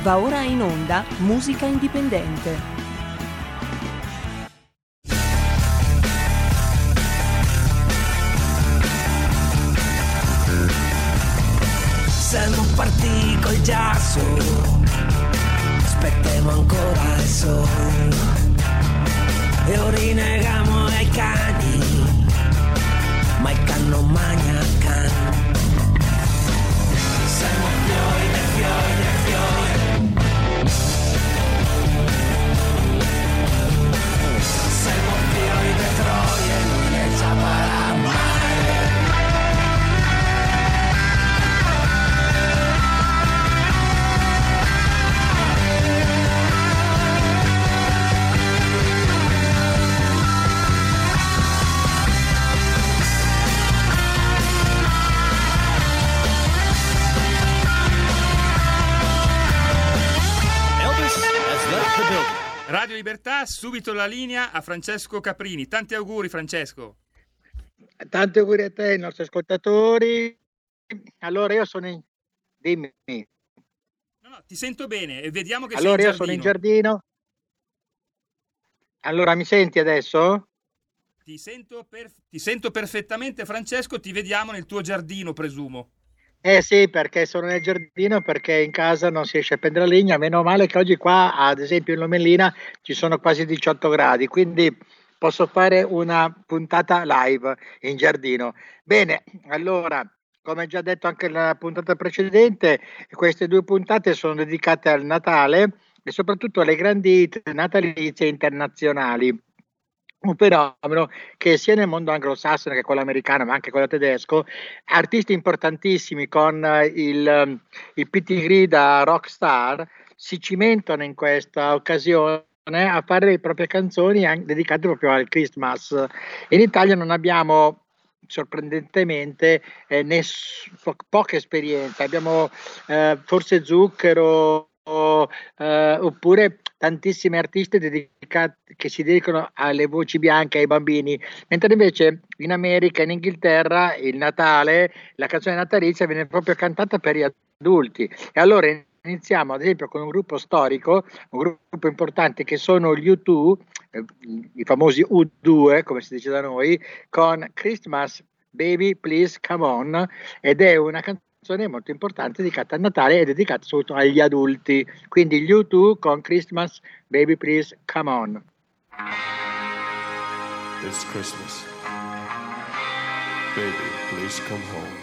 Va ora in onda Musica Indipendente. Siamo partiti col giasso, aspettiamo ancora il sole e orinegamo ai cani, ma il can non mangia il can. Siamo fiori, siamo fiori di Troia e non ne saprà mai. Radio Libertà, subito la linea a Francesco Caprini. Tanti auguri, Francesco. Tanti auguri a te, ai nostri ascoltatori. Allora io sono in... Dimmi. No, ti sento bene e vediamo che allora sei in io giardino. Sono in giardino. Allora mi senti adesso? Ti sento perfettamente, Francesco, ti vediamo nel tuo giardino, presumo. Sì, perché sono nel giardino, perché in casa non si riesce a prendere la legna. Meno male che oggi qua, ad esempio in Lomellina, ci sono quasi 18 gradi, quindi posso fare una puntata live in giardino. Bene, allora, come già detto anche nella puntata precedente, queste due puntate sono dedicate al Natale e soprattutto alle grandi hit natalizie internazionali. Un fenomeno che sia nel mondo anglosassone che quello americano, ma anche quello tedesco, artisti importantissimi con il pedigree da rockstar si cimentano in questa occasione a fare le proprie canzoni dedicate proprio al Christmas. In Italia non abbiamo sorprendentemente poca esperienza, abbiamo forse Zucchero oppure tantissimi artisti che si dedicano alle voci bianche, ai bambini, mentre invece in America, in Inghilterra, il Natale, la canzone natalizia viene proprio cantata per gli adulti. E allora iniziamo ad esempio con un gruppo storico, un gruppo importante che sono gli U2, i famosi U2 come si dice da noi, con Christmas Baby Please Come On, ed è una canzone molto importante dedicata al Natale e dedicata soprattutto agli adulti. Quindi gli U2 con Christmas Baby Please Come On. It's Christmas. Baby, please come home.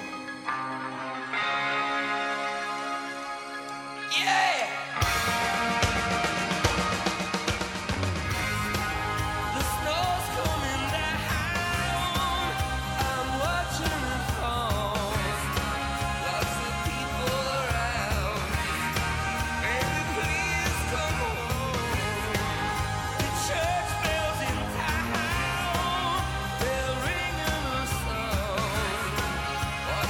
Bells in town, they'll ring in a song.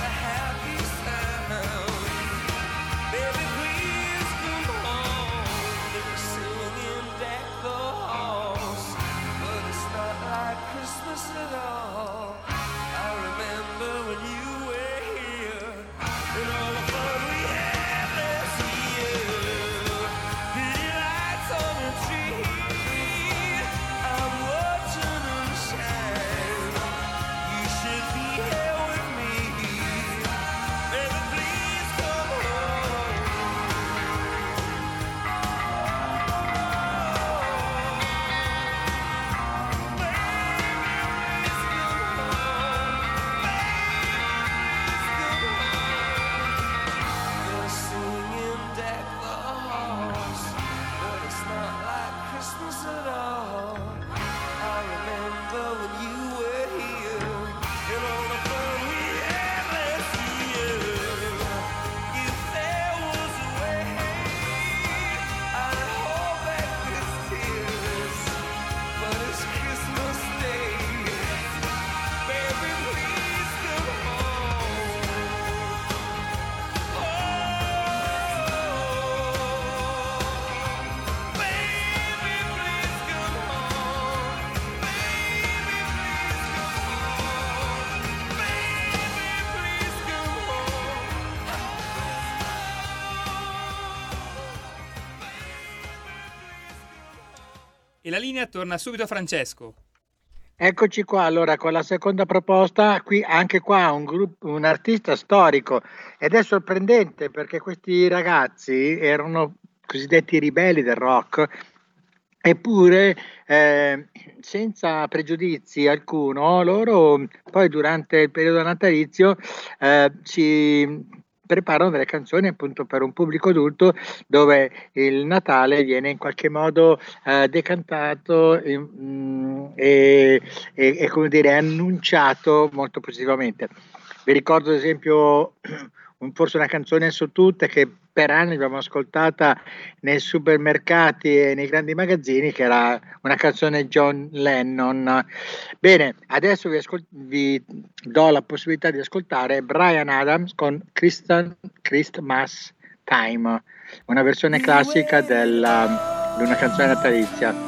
E la linea torna subito a Francesco. Eccoci qua, allora con la seconda proposta, qui anche qua un artista storico, ed è sorprendente perché questi ragazzi erano cosiddetti ribelli del rock, eppure senza pregiudizi alcuno, loro poi durante il periodo natalizio si preparano delle canzoni appunto per un pubblico adulto, dove il Natale viene in qualche modo decantato e come dire annunciato molto positivamente. Vi ricordo ad esempio forse una canzone su tutte che per anni abbiamo ascoltata nei supermercati e nei grandi magazzini, che era una canzone John Lennon. Bene, adesso vi do la possibilità di ascoltare Bryan Adams con Christmas Time, una versione classica di una canzone natalizia.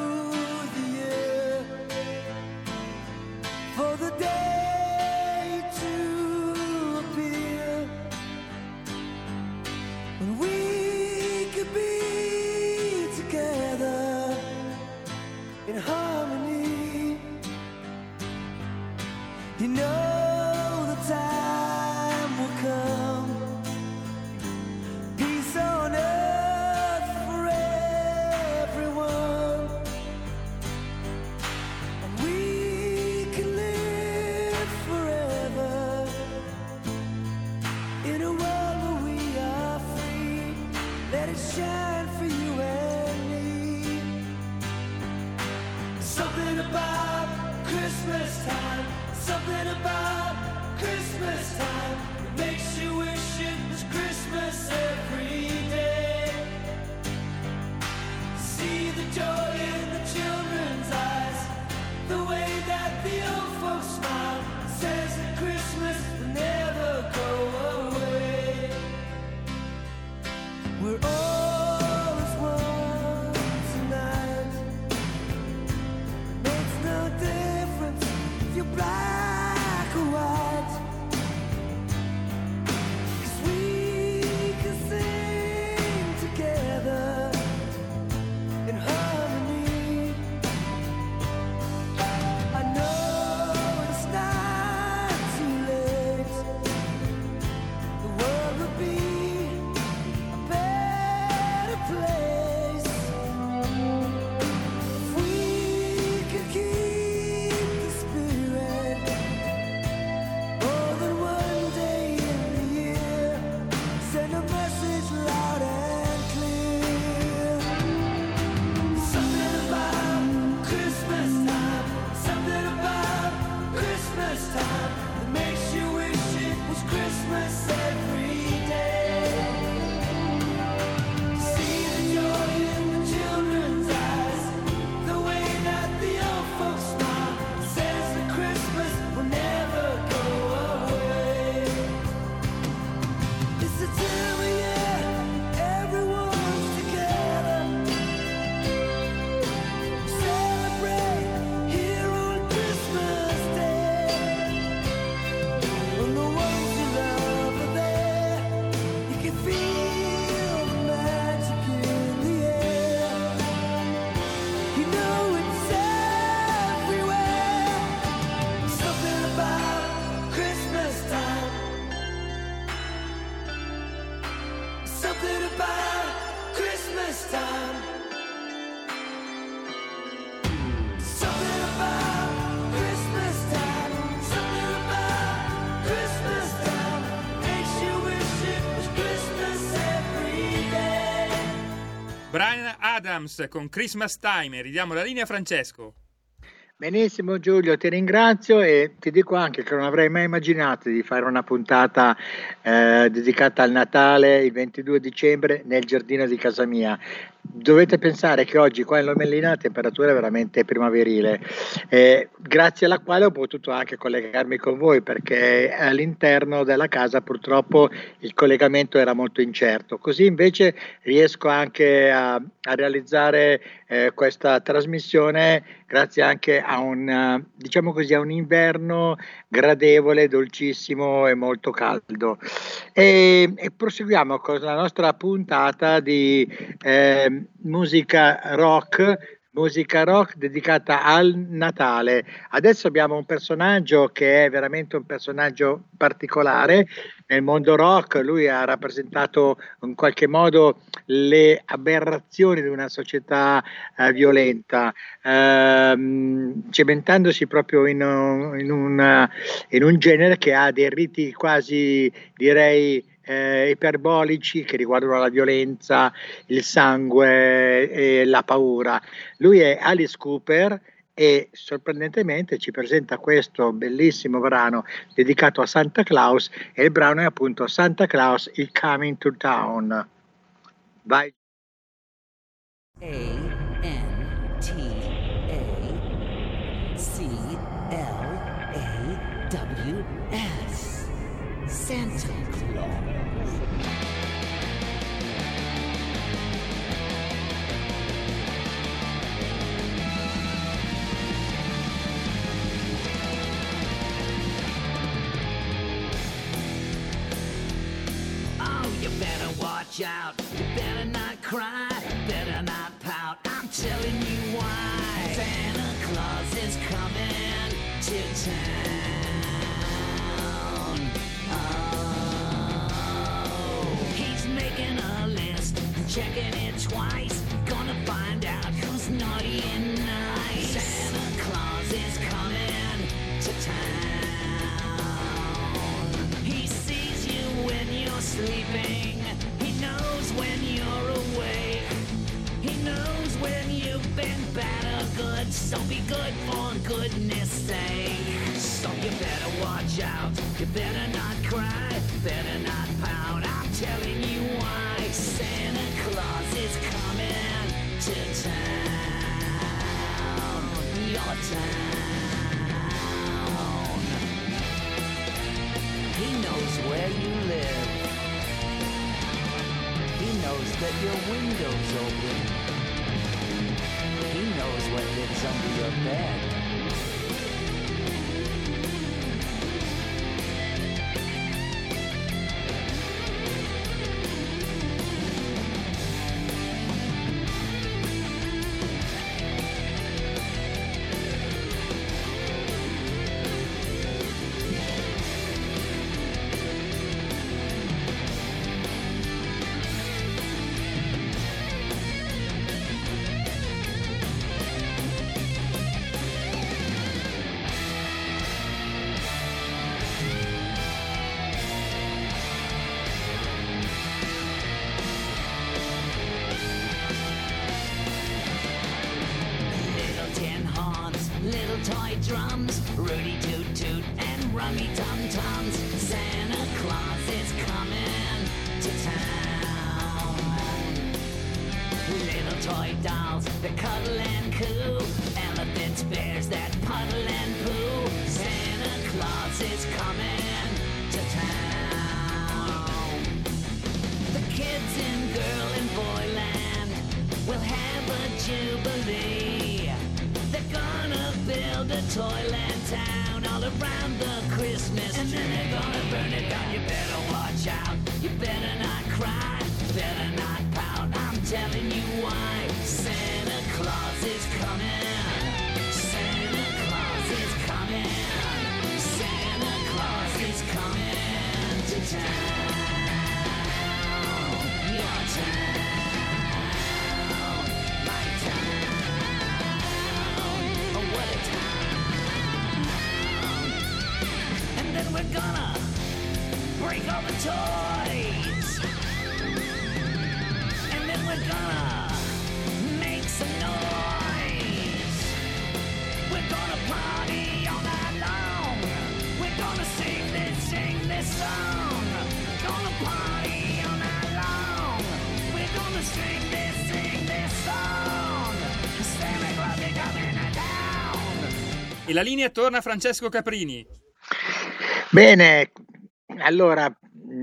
Bryan Adams con Christmas Time. Ridiamo la linea a Francesco. Benissimo Giulio, ti ringrazio e ti dico anche che non avrei mai immaginato di fare una puntata dedicata al Natale il 22 dicembre nel giardino di casa mia. Dovete pensare che oggi qua in Lomellina la temperatura è veramente primaverile, grazie alla quale ho potuto anche collegarmi con voi, perché all'interno della casa purtroppo il collegamento era molto incerto. Così invece riesco anche a realizzare questa trasmissione grazie anche a diciamo così, a un inverno gradevole, dolcissimo e molto caldo. E proseguiamo con la nostra puntata di musica rock, musica rock dedicata al Natale. Adesso abbiamo un personaggio che è veramente un personaggio particolare nel mondo rock. Lui ha rappresentato in qualche modo le aberrazioni di una società violenta, cementandosi proprio in un genere che ha dei riti quasi, direi, iperbolici, che riguardano la violenza, il sangue e la paura. Lui è Alice Cooper e sorprendentemente ci presenta questo bellissimo brano dedicato a Santa Claus, e il brano è appunto Santa Claus is Coming to Town. Vai. Santaclaws. Santa Claus. Oh, you better watch out. You better not cry. Better not pout. I'm telling you why. Santa Claus is coming to town. Oh, he's making a list, checking it twice. Gonna find out who's naughty and nice. Santa Claus is coming to town. He sees you when you're sleeping. He knows when you're awake. He knows when you've been bad or good. So be good for goodness sake. So you better watch out. You better not cry. Better not pout. I'm telling you why. Santa Claus is coming to town. Your town. He knows where you live. He knows that your window's open. He knows what lives under your bed. Toy drums, Rudy Toot Toot and Rummy Tum Tums. Santa Claus is coming to town. Little toy dolls that cuddle and coo, elephants, bears that puddle and poo. Santa Claus is coming to town. The kids in girl and boy land will have a jubilee. They're gonna build a toyland town all around the Christmas tree. And then they're gonna burn it down. You better watch out. You better not cry. Better not pout. I'm telling you why. Santa Claus is coming. Santa Claus is coming. Santa Claus is coming to town. Your town. My town. And then we're gonna break all the toys. And then we're gonna make some noise. We're gonna party all night long. We're gonna sing this song. Gonna party all night long. We're gonna sing this song. Santa Claus is coming to town. E la linea torna a Francesco Caprini. Bene, allora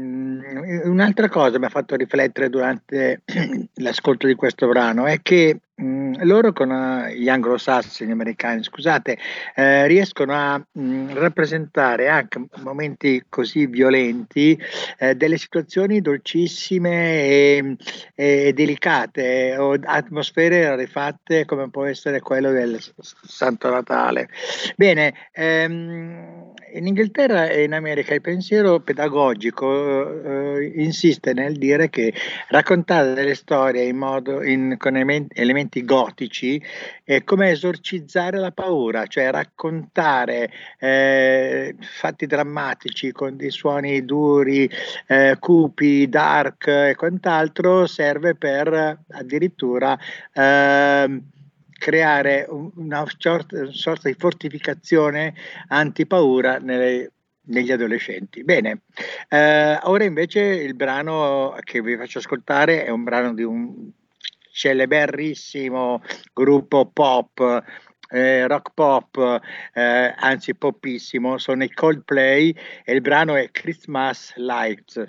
un'altra cosa mi ha fatto riflettere durante l'ascolto di questo brano è che loro gli anglosassoni americani, scusate, riescono a rappresentare anche momenti così violenti, delle situazioni dolcissime e delicate, o atmosfere rarefatte come può essere quello del Santo Natale. Bene, in Inghilterra e in America il pensiero pedagogico insiste nel dire che raccontare delle storie con elementi gotici è come esorcizzare la paura, cioè raccontare fatti drammatici con dei suoni duri, cupi, dark e quant'altro serve per addirittura creare una sorta di fortificazione antipaura negli adolescenti. Bene, ora invece il brano che vi faccio ascoltare è un brano di un celeberrissimo gruppo pop, rock pop, anzi popissimo, sono i Coldplay e il brano è Christmas Lights.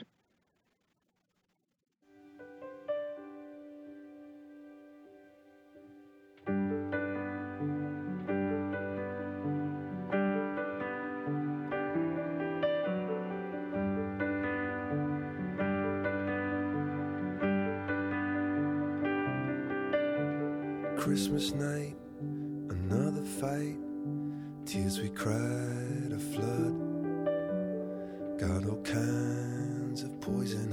Christmas night, another fight, tears we cried, a flood. Got all kinds of poison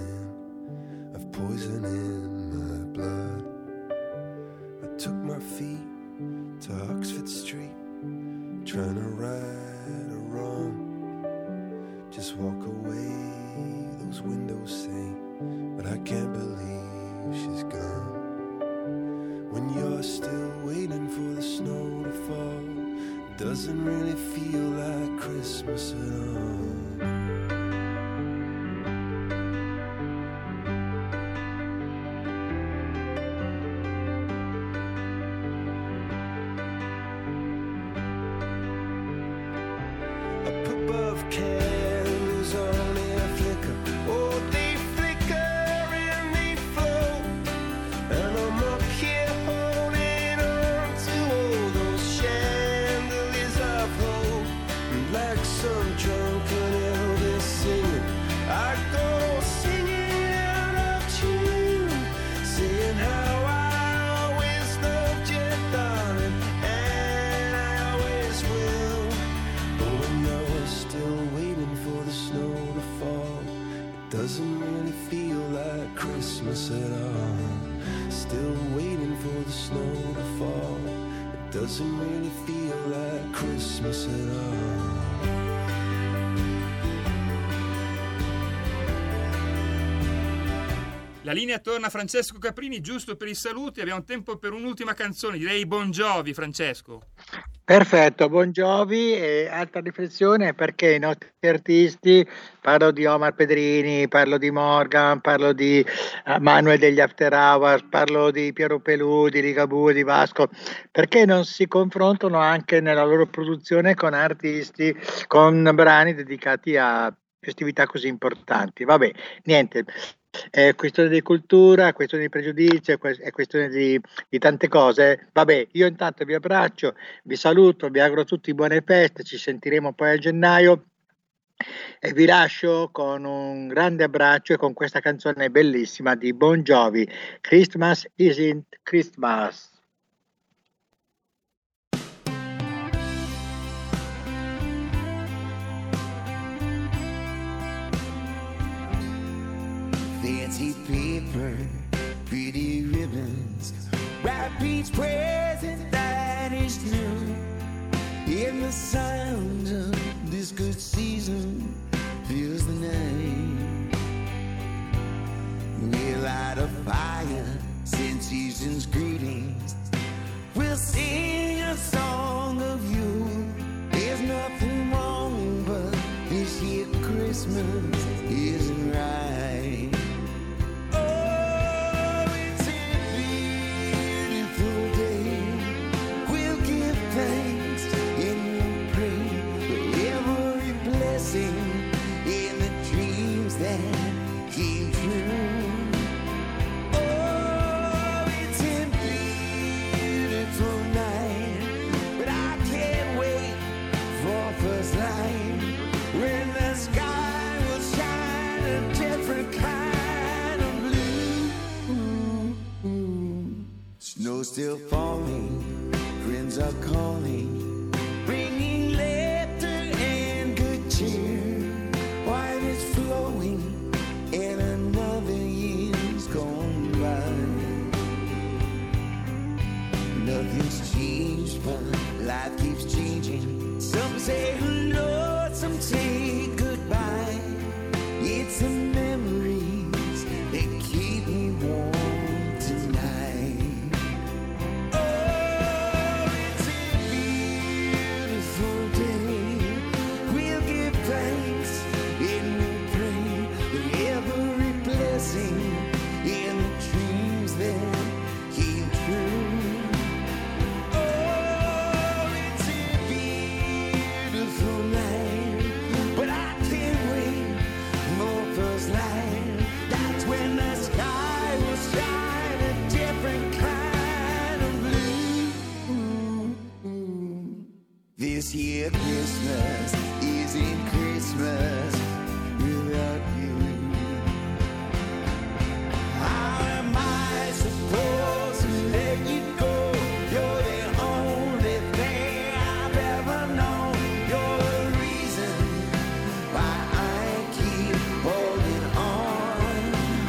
in my blood. I took my feet to Oxford Street, trying to right a wrong. Just walk away, those windows say, but I can't believe she's gone. When you're still waiting for the snow to fall, it doesn't really feel like Christmas at all. Up above candles only a flicker, oh they flicker and they flow, and I'm up here holding on to all those chandeliers of hope. And like some drunken Elvis singing, I go singing out of tune, saying how I always loved you, darling, and I always will. But when you're still waiting for the snow to fall, it doesn't really feel like Christmas at all. Still waiting for the snow to fall, it doesn't really feel like Christmas at all. La linea torna a Francesco Caprini, giusto per i saluti. Abbiamo tempo per un'ultima canzone, direi Bon Jovi, Francesco. Perfetto, Bon Jovi. E altra riflessione, perché i nostri artisti, parlo di Omar Pedrini, parlo di Morgan, parlo di Manuel degli After Hours, parlo di Piero Pelù, di Ligabue, di Vasco, perché non si confrontano anche nella loro produzione con artisti, con brani dedicati a festività così importanti? Vabbè, niente. È questione di cultura, è questione di pregiudizio, è questione di tante cose. Vabbè, io intanto vi abbraccio, vi saluto, vi auguro a tutti buone feste, ci sentiremo poi a gennaio e vi lascio con un grande abbraccio e con questa canzone bellissima di Bon Jovi, Christmas Isn't Christmas. Fancy paper, pretty ribbons, wrap each present that is new. In the sound of this good season fills the night. We'll light a fire, send season's greetings. We'll sing a song of you. There's nothing wrong, but this year Christmas isn't right. In the dreams that came true. Oh, it's simply Snow still falling, friends are calling, bringing laughter and good cheer. Wine is flowing and another year's gone by. Nothing's changed, but life keeps changing. Some say hello, some say goodbye. It's the memories that keep me warm tonight. Oh, it's a beautiful day. We'll give thanks and we'll pray that every blessing in the dreams that came true. Oh, it's a beautiful night, but I can't wait for first light. That's when the sky will shine a different kind of blue. This year Christmas isn't Christmas without you. How am I supposed to let you go? You're the only thing I've ever known. You're the reason why I keep holding on.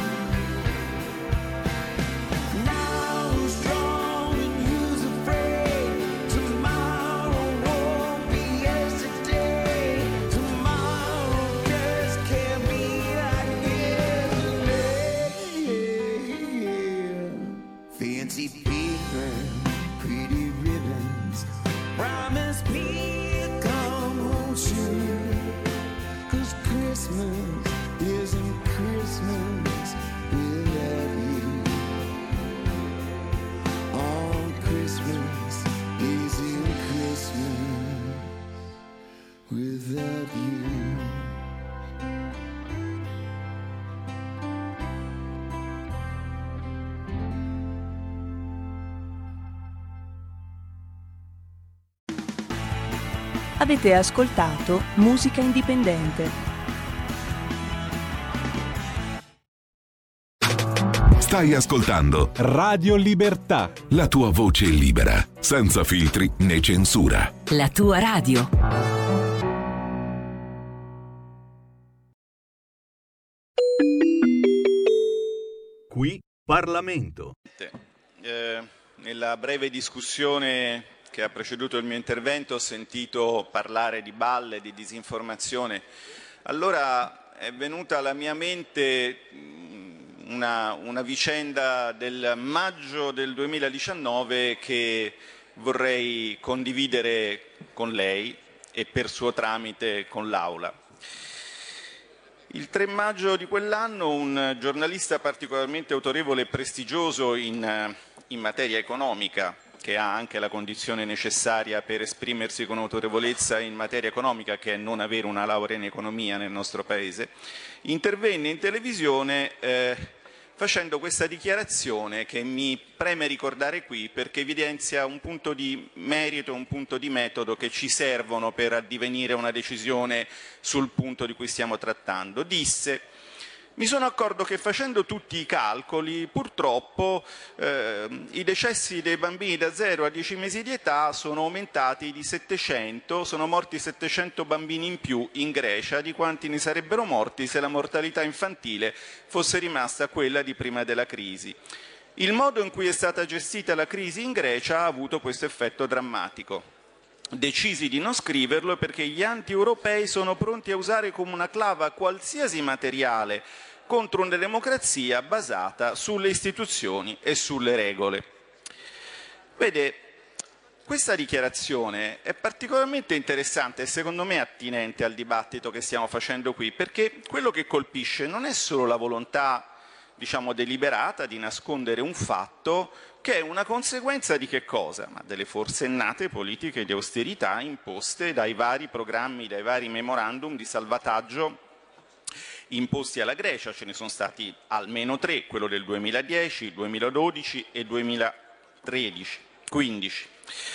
Now who's strong and who's afraid? Tomorrow won't be yesterday. Tomorrow just can't be like yesterday. Fancy paper, pretty ribbons, promise me you'll come home soon. 'Cause Christmas isn't Christmas without you. Oh, Christmas isn't Christmas without you. Avete ascoltato Musica Indipendente. Stai ascoltando Radio Libertà. la tua voce libera, senza filtri né censura. La tua radio. Qui Parlamento. Nella breve discussione che ha preceduto il mio intervento ho sentito parlare di balle, di disinformazione. Allora è venuta alla mia mente una vicenda del maggio del 2019 che vorrei condividere con lei e per suo tramite con l'Aula. Il 3 maggio di quell'anno un giornalista particolarmente autorevole e prestigioso in materia economica, che ha anche la condizione necessaria per esprimersi con autorevolezza in materia economica, che è non avere una laurea in economia nel nostro Paese, intervenne in televisione facendo questa dichiarazione che mi preme ricordare qui perché evidenzia un punto di merito, un punto di metodo che ci servono per addivenire a una decisione sul punto di cui stiamo trattando. Disse: mi sono accorto che facendo tutti i calcoli, purtroppo i decessi dei bambini da 0 a 10 mesi di età sono aumentati di 700, sono morti 700 bambini in più in Grecia di quanti ne sarebbero morti se la mortalità infantile fosse rimasta quella di prima della crisi. Il modo in cui è stata gestita la crisi in Grecia ha avuto questo effetto drammatico. Decisi di non scriverlo perché gli anti-europei sono pronti a usare come una clava qualsiasi materiale contro una democrazia basata sulle istituzioni e sulle regole. Vede, questa dichiarazione è particolarmente interessante e secondo me attinente al dibattito che stiamo facendo qui, perché quello che colpisce non è solo la volontà, diciamo, deliberata di nascondere un fatto che è una conseguenza di che cosa? Ma delle forsennate politiche di austerità imposte dai vari programmi, dai vari memorandum di salvataggio imposti alla Grecia. Ce ne sono stati almeno 3, quello del 2010, 2012 e 2015.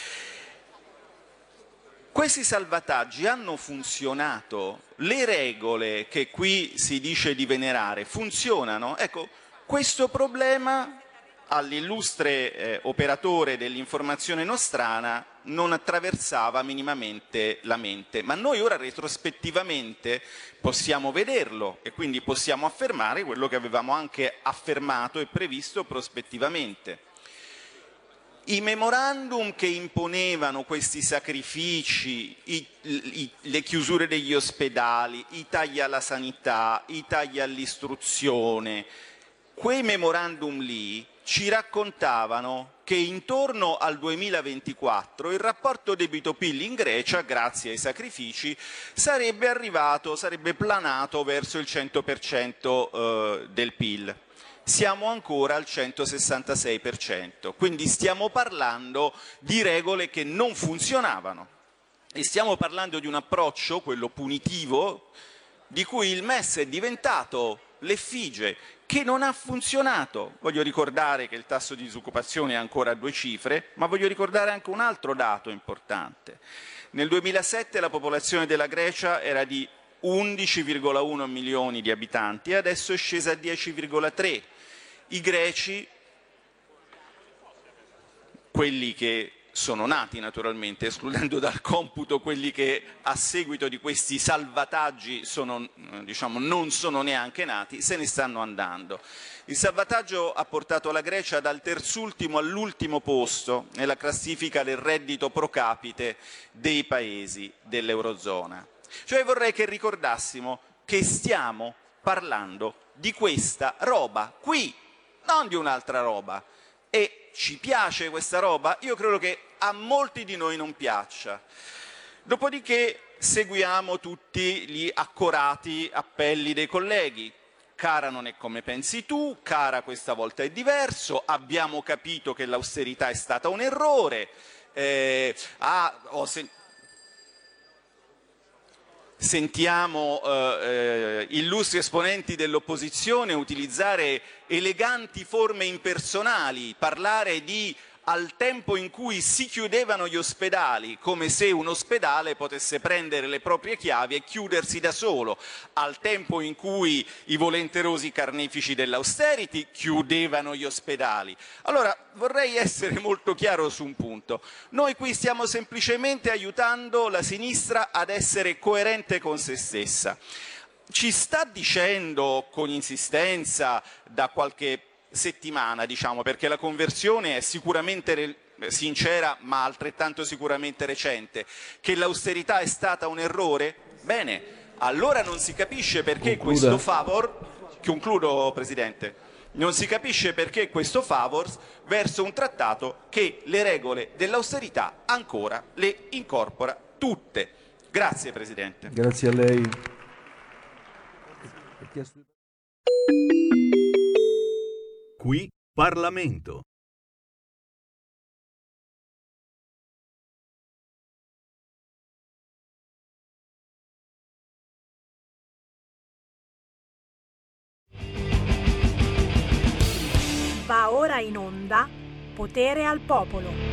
Questi salvataggi hanno funzionato, le regole che qui si dice di venerare funzionano. Ecco, questo problema all'illustre operatore dell'informazione nostrana non attraversava minimamente la mente. Ma noi ora retrospettivamente possiamo vederlo e quindi possiamo affermare quello che avevamo anche affermato e previsto prospettivamente. I memorandum che imponevano questi sacrifici, le chiusure degli ospedali, i tagli alla sanità, i tagli all'istruzione, quei memorandum lì ci raccontavano che intorno al 2024 il rapporto debito-PIL in Grecia, grazie ai sacrifici, sarebbe planato verso il 100% del PIL. Siamo ancora al 166%, quindi stiamo parlando di regole che non funzionavano e stiamo parlando di un approccio, quello punitivo, di cui il MES è diventato l'effigie, che non ha funzionato. Voglio ricordare che il tasso di disoccupazione è ancora a 2 cifre, ma voglio ricordare anche un altro dato importante. Nel 2007 la popolazione della Grecia era di 11,1 milioni di abitanti e adesso è scesa a 10,3. I greci, quelli che sono nati naturalmente, escludendo dal computo quelli che a seguito di questi salvataggi non sono neanche nati, se ne stanno andando. Il salvataggio ha portato la Grecia dal terzultimo all'ultimo posto nella classifica del reddito pro capite dei paesi dell'Eurozona. Cioè vorrei che ricordassimo che stiamo parlando di questa roba qui, non di un'altra roba. E ci piace questa roba? Io credo che a molti di noi non piaccia. Dopodiché seguiamo tutti gli accorati appelli dei colleghi. Cara, non è come pensi tu, cara, questa volta è diverso, abbiamo capito che l'austerità è stata un errore, sentiamo illustri esponenti dell'opposizione utilizzare eleganti forme impersonali, parlare di al tempo in cui si chiudevano gli ospedali, come se un ospedale potesse prendere le proprie chiavi e chiudersi da solo, al tempo in cui i volenterosi carnefici dell'austerity chiudevano gli ospedali. Allora vorrei essere molto chiaro su un punto: noi qui stiamo semplicemente aiutando la sinistra ad essere coerente con se stessa. Ci sta dicendo con insistenza da qualche settimana, perché la conversione è sicuramente sincera ma altrettanto sicuramente recente, che l'austerità è stata un errore? Bene, allora non si capisce perché questo favor, concludo Presidente, non si capisce perché questo favor verso un trattato che le regole dell'austerità ancora le incorpora tutte. Grazie Presidente. Grazie a lei. Qui Parlamento. Va ora in onda Potere al Popolo. 1,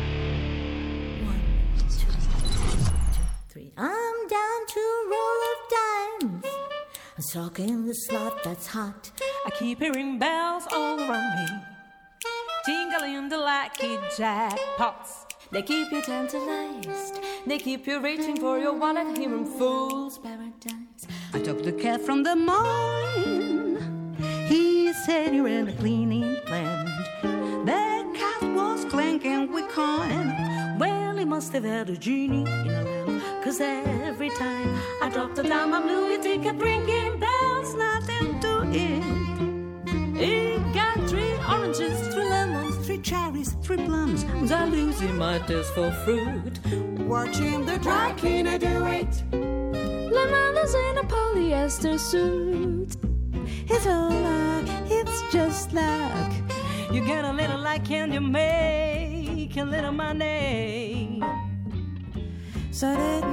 2, 3. I'm down to a roll of dimes. I'm stuck in the slot that's hot. I keep hearing bells all around me, tingling the lucky jackpots. They keep you tantalized. They keep you reaching for your wallet here in Fool's Paradise. I took the cat from the mine. He said you're in a cleaning plant. That cat was clanking with coin. Well, he must have had a genie in a lamp, 'cause every time I drop the dime, I'm blue, you think of ringing bells, nothing to it. It got 3 oranges, 3 lemons, 3 cherries, 3 plums. I'm losing my taste for fruit, watching the dry cleaner do it. Lamanda's in a polyester suit. It's all luck, it's just luck. You get a little luck and you make a little money. So that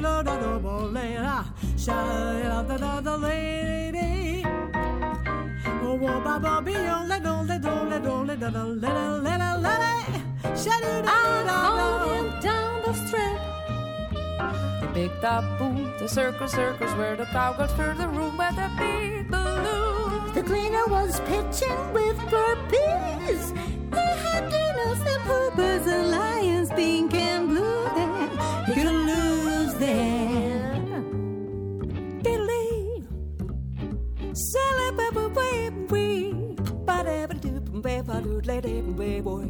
Down the strip, the big taboo, the circus where the cow goes through the room where the people lose. The cleaner was pitching with burpees. They had dinners and poopers and lions, pink and blue. Then you could lose there. Diddly, celebrate, boy.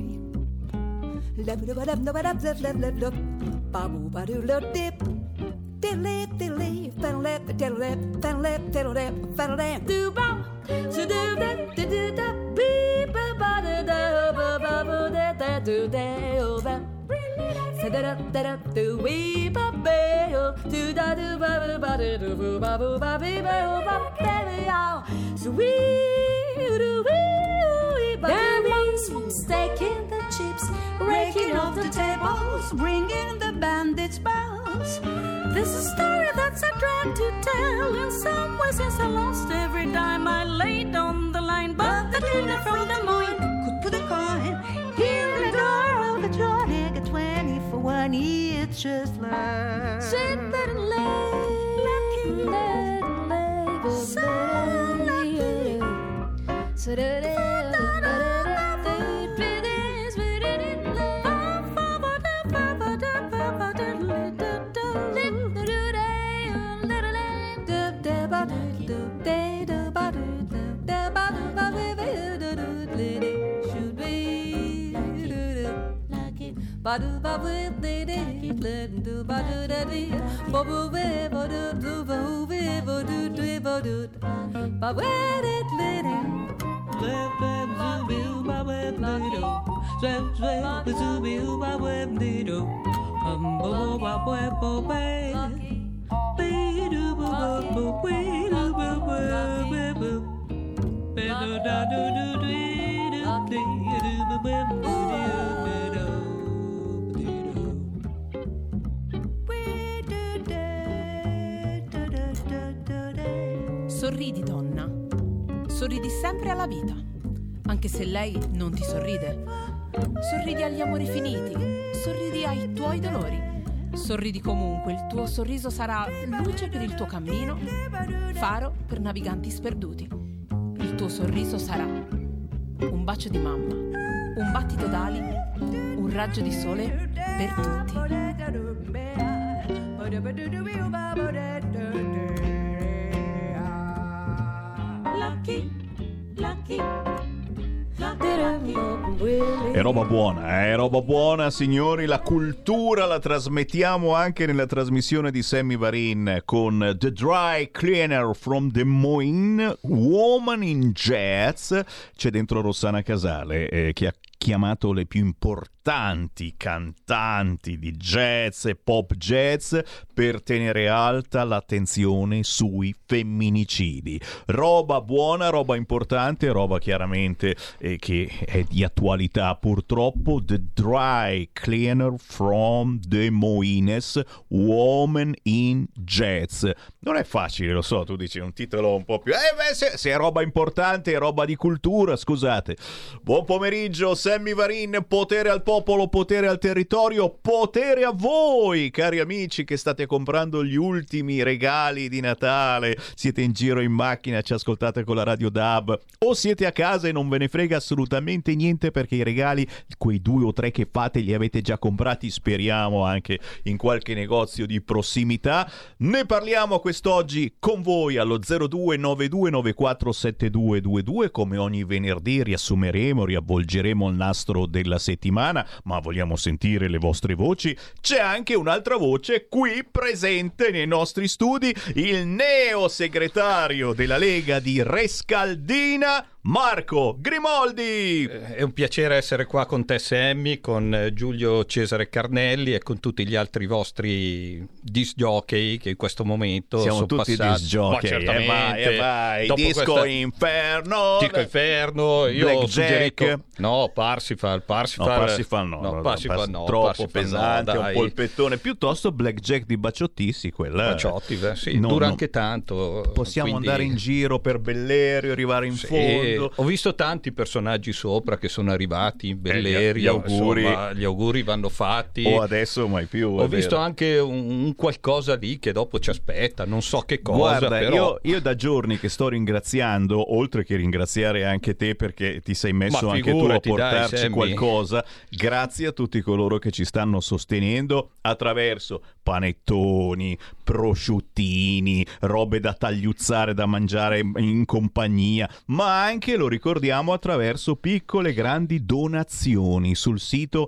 Babu badu dip, diddly, diddly, diddly, diddly, diddly, diddly, diddly, do bow, so do that, do that, beep, ba da da, ba ba da da, do da, oh da, so da da, do we ba ba, do da do ba ba da do ba ba ba ba baby, oh, so we do we. There was one staking the chips, raking off the tables, ringing the bandits' bells. This is a story that's a drag to tell. In some ways since I lost every dime I laid on the line, but the cleaner from the mine could put a coin in the door of the Johnny, get 20 for 1 year. It's just like sit there and lay, so Badu babu de de do badu da de babu we badu do babu we badu de badu babu de de le babu babu de do zwe babu babu de do babu babu babu be do babu we do babu be do da do do do do babu do. Sorridi, donna, sorridi sempre alla vita, anche se lei non ti sorride. Sorridi agli amori finiti, sorridi ai tuoi dolori. Sorridi comunque, il tuo sorriso sarà luce per il tuo cammino, faro per naviganti sperduti. Il tuo sorriso sarà un bacio di mamma, un battito d'ali, un raggio di sole per tutti. Lucky, lucky. È roba buona signori, la cultura la trasmettiamo anche nella trasmissione di Sammy Varin con The Dry Cleaner from Des Moines, Woman in Jazz. C'è dentro Rossana Casale che ha chiamato le più importanti cantanti di jazz e pop jazz per tenere alta l'attenzione sui femminicidi. Roba buona, roba importante, roba chiaramente che è di attualità purtroppo. The Dry Cleaner from Des Moines, Woman in Jazz. Non è facile, lo so, tu dici un titolo un po' più... se è roba importante, è roba di cultura, scusate. Buon pomeriggio, Sammy Varin, potere al popolo, potere al territorio, potere a voi, cari amici che state comprando gli ultimi regali di Natale, siete in giro in macchina, ci ascoltate con la Radio DAB o siete a casa e non ve ne frega assolutamente niente perché i regali, quei 2 o 3 che fate li avete già comprati, speriamo anche in qualche negozio di prossimità. Ne parliamo quest'oggi con voi allo 0292947222, come ogni venerdì riavvolgeremo il nastro della settimana, ma vogliamo sentire le vostre voci. C'è anche un'altra voce qui presente nei nostri studi, il neo segretario della Lega di Rescaldina, Marco Grimoldi. È un piacere essere qua con te, Sammy, con Giulio Cesare Carnelli e con tutti gli altri vostri disc jockey che in questo momento siamo sono tutti passati. disc jockey. Certamente. Vai. Dopo Disco questa... Inferno. Disco Inferno. Io ho suggerito... No, Parsifal no. Parsifal no. Troppo Parsifal pesante, no, un polpettone. Piuttosto Blackjack di Baciottissi, quella. Bacciotti, sì, dura anche tanto. Possiamo quindi... andare in giro per Bellerio, arrivare in fondo. Ho visto tanti personaggi sopra che sono arrivati in Bellerio. Gli auguri vanno fatti. O adesso mai più. Ho visto anche un qualcosa lì che dopo ci aspetta, non so che cosa. Guarda, però... io da giorni che sto ringraziando, oltre che ringraziare anche te perché ti sei messo anche tu a portarci qualcosa, grazie a tutti coloro che ci stanno sostenendo attraverso panettoni, prosciuttini, robe da tagliuzzare, da mangiare in compagnia, ma anche, lo ricordiamo, attraverso piccole grandi donazioni sul sito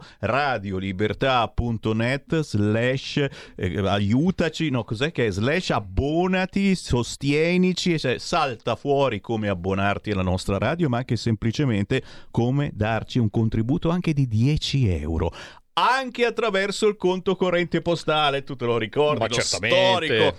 radiolibertà.net /aiutaci, no, cos'è che è? /abbonati, sostienici, cioè, salta fuori come abbonarti alla nostra radio, ma anche semplicemente come darci un contributo anche di 10 euro. Anche attraverso il conto corrente postale, tu te lo ricordi, lo storico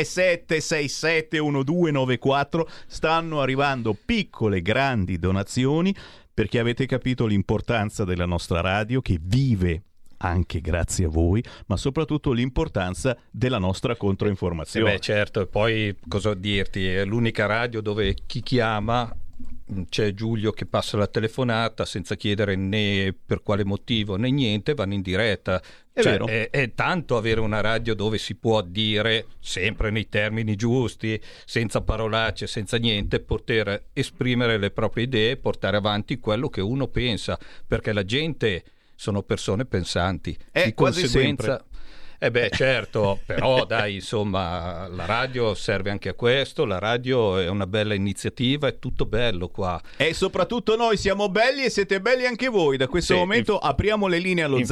37671294. Stanno arrivando piccole grandi donazioni perché avete capito l'importanza della nostra radio, che vive anche grazie a voi, ma soprattutto l'importanza della nostra controinformazione. Beh, certo, e poi cosa dirti, è l'unica radio dove chi chiama, c'è Giulio che passa la telefonata senza chiedere né per quale motivo né niente, vanno in diretta. È tanto avere una radio dove si può dire sempre nei termini giusti, senza parolacce, senza niente, poter esprimere le proprie idee, portare avanti quello che uno pensa, perché la gente sono persone pensanti, di quasi conseguenza sempre. Certo, però dai, insomma, la radio serve anche a questo, la radio è una bella iniziativa, è tutto bello qua. E soprattutto noi siamo belli e siete belli anche voi. Da questo momento apriamo le linee allo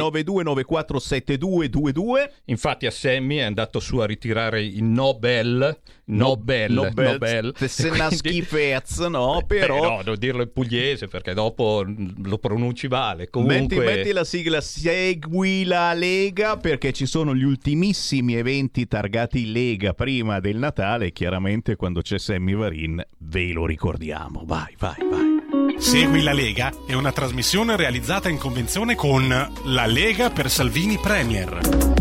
0292947222. Infatti a Sammy è andato su a ritirare il Nobel. Se una schifezza, no, però no, devo dirlo in pugliese perché dopo lo pronunci male. Comunque metti la sigla Segui la Lega, perché ci sono gli ultimissimi eventi targati Lega prima del Natale. Chiaramente quando c'è Sammy Varin ve lo ricordiamo. Vai. Segui la Lega è una trasmissione realizzata in convenzione con La Lega per Salvini Premier.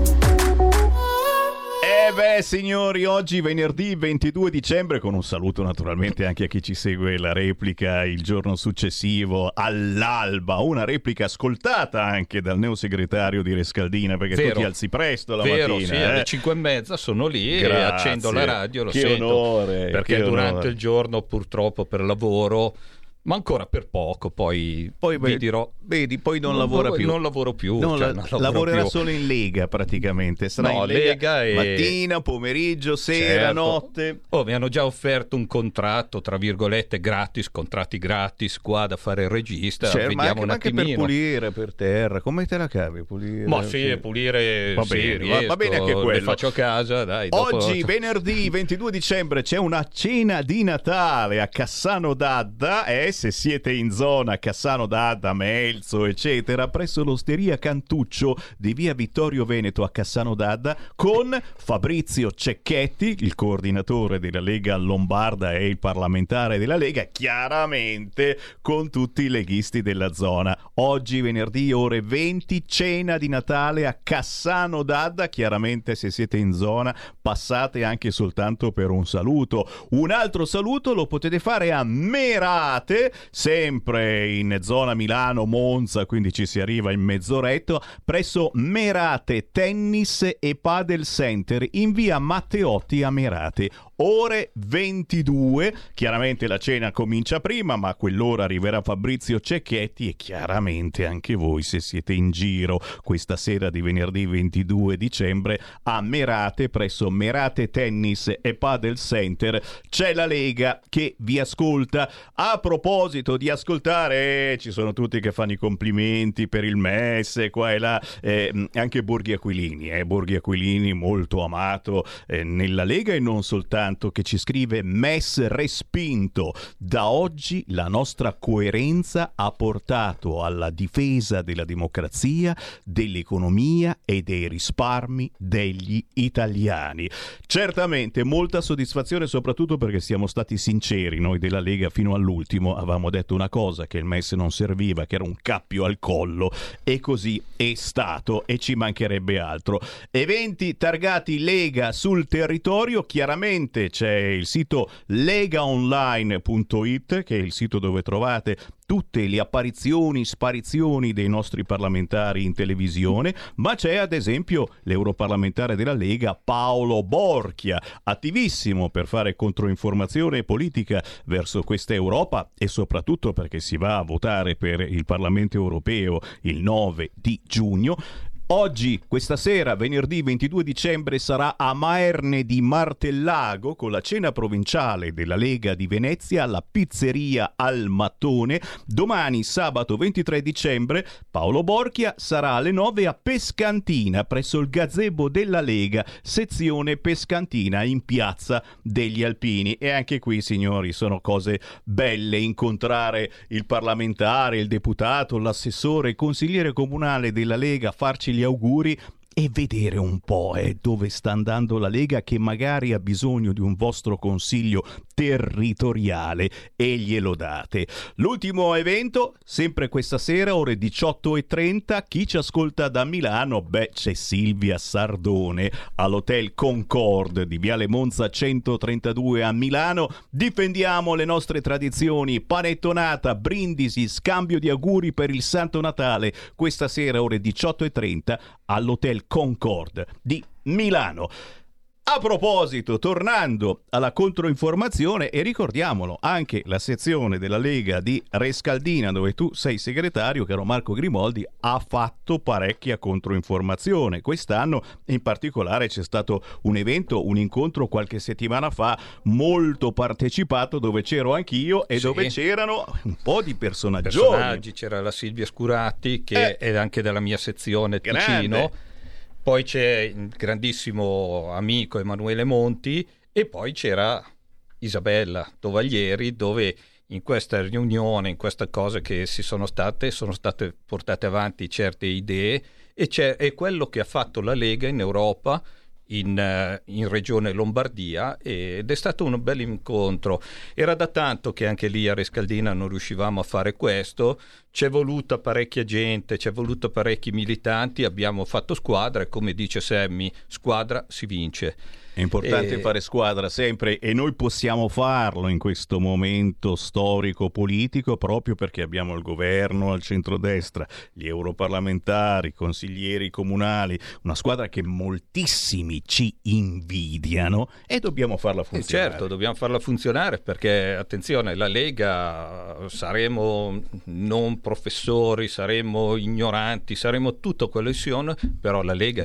Signori, oggi venerdì 22 dicembre, con un saluto naturalmente anche a chi ci segue la replica il giorno successivo all'alba, una replica ascoltata anche dal neosegretario di Rescaldina, perché tu ti alzi presto la mattina. Sì, alle 5:30 sono lì. Grazie. E accendo la radio, lo che sento, onore, perché durante il giorno purtroppo per lavoro, ma ancora per poco, poi vi dirò. Vedi, poi non lavora più. Non lavoro più. Lavorerà solo in Lega praticamente. Sarà in Lega mattina, pomeriggio, sera, notte. Mi hanno già offerto un contratto, tra virgolette, gratis, contratti gratis qua da fare il regista. Vediamo un attimino. Anche per pulire per terra, come te la cavi? Pulire? Ma sì, pulire va bene, va bene anche quello. Le faccio a casa, dai. Oggi, venerdì 22 dicembre, c'è una cena di Natale a Cassano d'Adda, se siete in zona Cassano d'Adda, Melzo, eccetera, presso l'osteria Cantuccio di via Vittorio Veneto a Cassano d'Adda, con Fabrizio Cecchetti, il coordinatore della Lega Lombarda e il parlamentare della Lega, chiaramente con tutti i leghisti della zona. Oggi venerdì ore 20, cena di Natale a Cassano d'Adda. Chiaramente, se siete in zona, passate anche soltanto per un saluto. Un altro saluto lo potete fare a Merate, sempre in zona Milano Monza, quindi ci si arriva in mezzoretto, presso Merate Tennis e Padel Center in via Matteotti a Merate. Ore 22, chiaramente la cena comincia prima, ma a quell'ora arriverà Fabrizio Cecchetti e chiaramente anche voi, se siete in giro questa sera di venerdì 22 dicembre a Merate, presso Merate Tennis e Padel Center, c'è la Lega che vi ascolta. A proposito proposito di ascoltare, ci sono tutti che fanno i complimenti per il MES, qua e là, anche Borghi Aquilini molto amato nella Lega e non soltanto, che ci scrive: MES respinto, da oggi la nostra coerenza ha portato alla difesa della democrazia, dell'economia e dei risparmi degli italiani. Certamente molta soddisfazione, soprattutto perché siamo stati sinceri noi della Lega fino all'ultimo, avevamo detto una cosa, che il MES non serviva, che era un cappio al collo, e così è stato e ci mancherebbe altro. Eventi targati Lega sul territorio, chiaramente c'è il sito legaonline.it, che è il sito dove trovate tutte le apparizioni, sparizioni dei nostri parlamentari in televisione, ma c'è ad esempio l'europarlamentare della Lega Paolo Borchia, attivissimo per fare controinformazione politica verso questa Europa, e soprattutto perché si va a votare per il Parlamento europeo il 9 di giugno. Oggi, questa sera, venerdì 22 dicembre, sarà a Maerne di Martellago con la cena provinciale della Lega di Venezia alla pizzeria Al Mattone. Domani, sabato 23 dicembre, Paolo Borchia sarà alle 9 a Pescantina presso il gazebo della Lega, sezione Pescantina in Piazza degli Alpini. E anche qui, signori, sono cose belle incontrare il parlamentare, il deputato, l'assessore, il consigliere comunale della Lega, farci gli auguri e vedere un po' dove sta andando la Lega, che magari ha bisogno di un vostro consiglio territoriale e glielo date. L'ultimo evento, sempre questa sera, ore 18:30, chi ci ascolta da Milano? Beh, c'è Silvia Sardone all'Hotel Concord di Viale Monza 132 a Milano. Difendiamo le nostre tradizioni, panettonata, brindisi, scambio di auguri per il Santo Natale, questa sera ore 18:30 all'Hotel Concord di Milano. A proposito, tornando alla controinformazione, e ricordiamolo, anche la sezione della Lega di Rescaldina, dove tu sei segretario, caro Marco Grimoldi, ha fatto parecchia controinformazione. Quest'anno in particolare c'è stato un evento, un incontro qualche settimana fa molto partecipato, dove c'ero anch'io e dove c'erano un po' di personaggi. C'era la Silvia Scurati, che è anche della mia sezione Ticino. Poi c'è il grandissimo amico Emanuele Monti, e poi c'era Isabella Tovaglieri, dove in questa riunione, in queste cose che sono state portate avanti certe idee, e è quello che ha fatto la Lega in Europa, in regione Lombardia, ed è stato un bel incontro. Era da tanto che anche lì a Rescaldina non riuscivamo a fare questo, c'è voluta parecchia gente, c'è voluto parecchi militanti, abbiamo fatto squadra, e come dice Sammy, squadra si vince. È importante fare squadra sempre, e noi possiamo farlo in questo momento storico politico proprio perché abbiamo il governo al centrodestra, gli europarlamentari, i consiglieri comunali, una squadra che moltissimi ci invidiano, e dobbiamo farla funzionare. Certo, dobbiamo farla funzionare, perché attenzione, la Lega saremo non professori, saremo ignoranti, saremo tutto quello che sono, però la Lega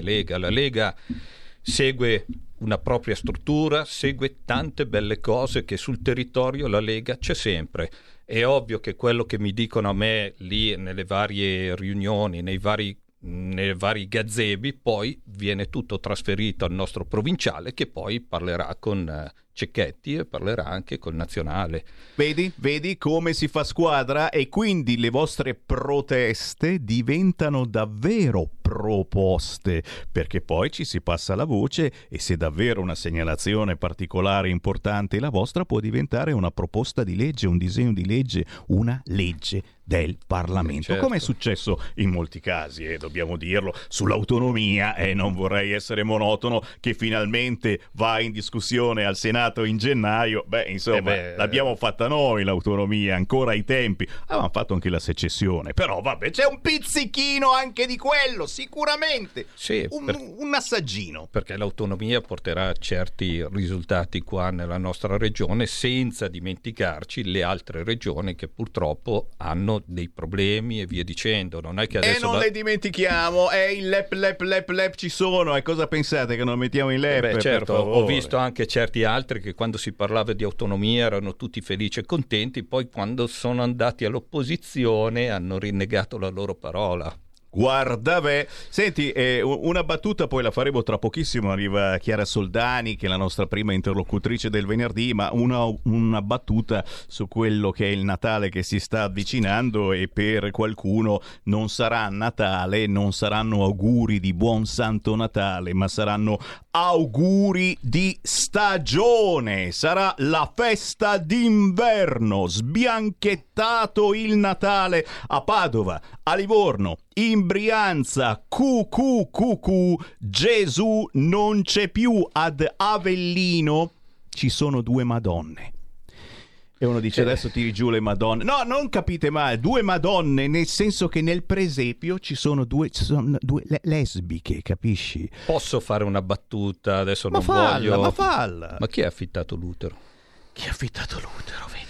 segue una propria struttura, segue tante belle cose che sul territorio la Lega c'è sempre. È ovvio che quello che mi dicono a me lì nelle varie riunioni, nei vari gazebi, poi viene tutto trasferito al nostro provinciale, che poi parlerà con Cecchetti e parlerà anche col nazionale. Vedi come si fa squadra, e quindi le vostre proteste diventano davvero proposte, perché poi ci si passa la voce, e se davvero una segnalazione particolare importante è la vostra, può diventare una proposta di legge, un disegno di legge, una legge del Parlamento, certo. Come è successo in molti casi, dobbiamo dirlo, sull'autonomia, e non vorrei essere monotono, che finalmente va in discussione al Senato in gennaio. L'abbiamo fatta noi l'autonomia, ancora ai tempi, avevamo fatto anche la secessione, però vabbè, c'è un pizzichino anche di quello, sicuramente, sì, un assaggino, perché l'autonomia porterà certi risultati qua nella nostra regione, senza dimenticarci le altre regioni che purtroppo hanno dei problemi e via dicendo. Non è che adesso non le dimentichiamo, il LEP ci sono, e cosa pensate che non mettiamo in LEP? Certo, ho visto anche certi altri altri che quando si parlava di autonomia erano tutti felici e contenti, poi quando sono andati all'opposizione hanno rinnegato la loro parola. Guarda, beh, senti, una battuta, poi la faremo tra pochissimo, arriva Chiara Soldani che è la nostra prima interlocutrice del venerdì, ma una battuta su quello che è il Natale che si sta avvicinando, e per qualcuno non sarà Natale, non saranno auguri di buon Santo Natale, ma saranno auguri di stagione, sarà la festa d'inverno, sbianchettato il Natale a Padova, a Livorno, in Brianza, Gesù non c'è più. Ad Avellino ci sono 2 Madonne. E uno dice adesso tiri giù le Madonne. No, non capite mai, 2 Madonne, nel senso che nel presepio ci sono due lesbiche, capisci? Posso fare una battuta? Adesso Ma non falla, voglio... ma falla! Ma chi ha affittato l'utero? Chi ha affittato l'utero, vedi?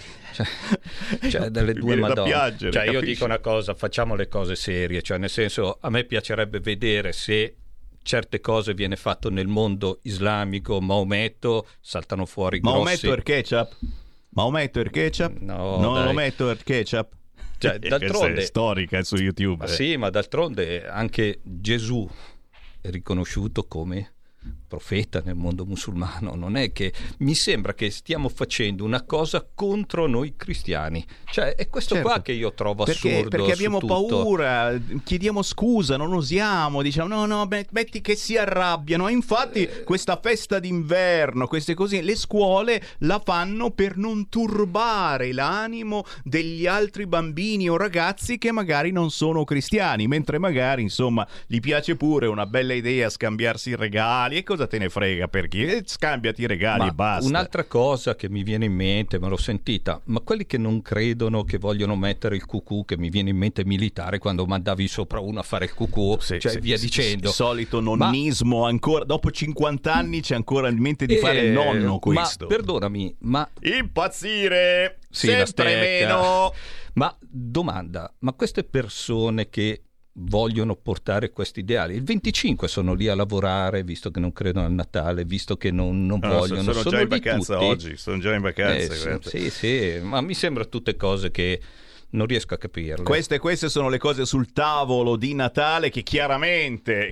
Cioè delle Mi 2 viene da Madonne. piangere, Cioè io capisci? dico una cosa, facciamo le cose serie, cioè nel senso, a me piacerebbe vedere se certe cose viene fatto nel mondo islamico. Maometto, saltano fuori grossi... Maometto il ketchup? Maometto il ketchup? No, non dai. lo metto il ketchup? Cioè, d'altronde... Questa è storica su YouTube. Ma sì, ma d'altronde anche Gesù è riconosciuto come profeta nel mondo musulmano. Non è che mi sembra che stiamo facendo una cosa contro noi cristiani, cioè è questo Certo. qua che io trovo assurdo. Perché abbiamo su tutto. paura, chiediamo scusa, non osiamo, diciamo no, metti che si arrabbiano. Infatti questa festa d'inverno, queste cose, le scuole la fanno per non turbare l'animo degli altri bambini o ragazzi che magari non sono cristiani, mentre magari insomma gli piace pure una bella idea scambiarsi i regali. E cosa te ne frega, perché scambiati i regali Ma e basta. un'altra cosa che mi viene in mente, me l'ho sentita, ma quelli che non credono, che vogliono mettere il cucù, che mi viene in mente militare quando mandavi sopra uno a fare il cucù, via dicendo. Il solito nonnismo, ancora dopo 50 anni c'è ancora in mente di fare il nonno questo. Ma perdonami, ma impazzire sì, la sempre stecca. meno. Ma domanda, ma queste persone che vogliono portare questi ideali, il 25 sono lì a lavorare, visto che non credono al Natale, visto che non vogliono, sono già in lì vacanza tutti. oggi, sono già in vacanza. Sì, ma mi sembra tutte cose che non riesco a capirle. Queste sono le cose sul tavolo di Natale che chiaramente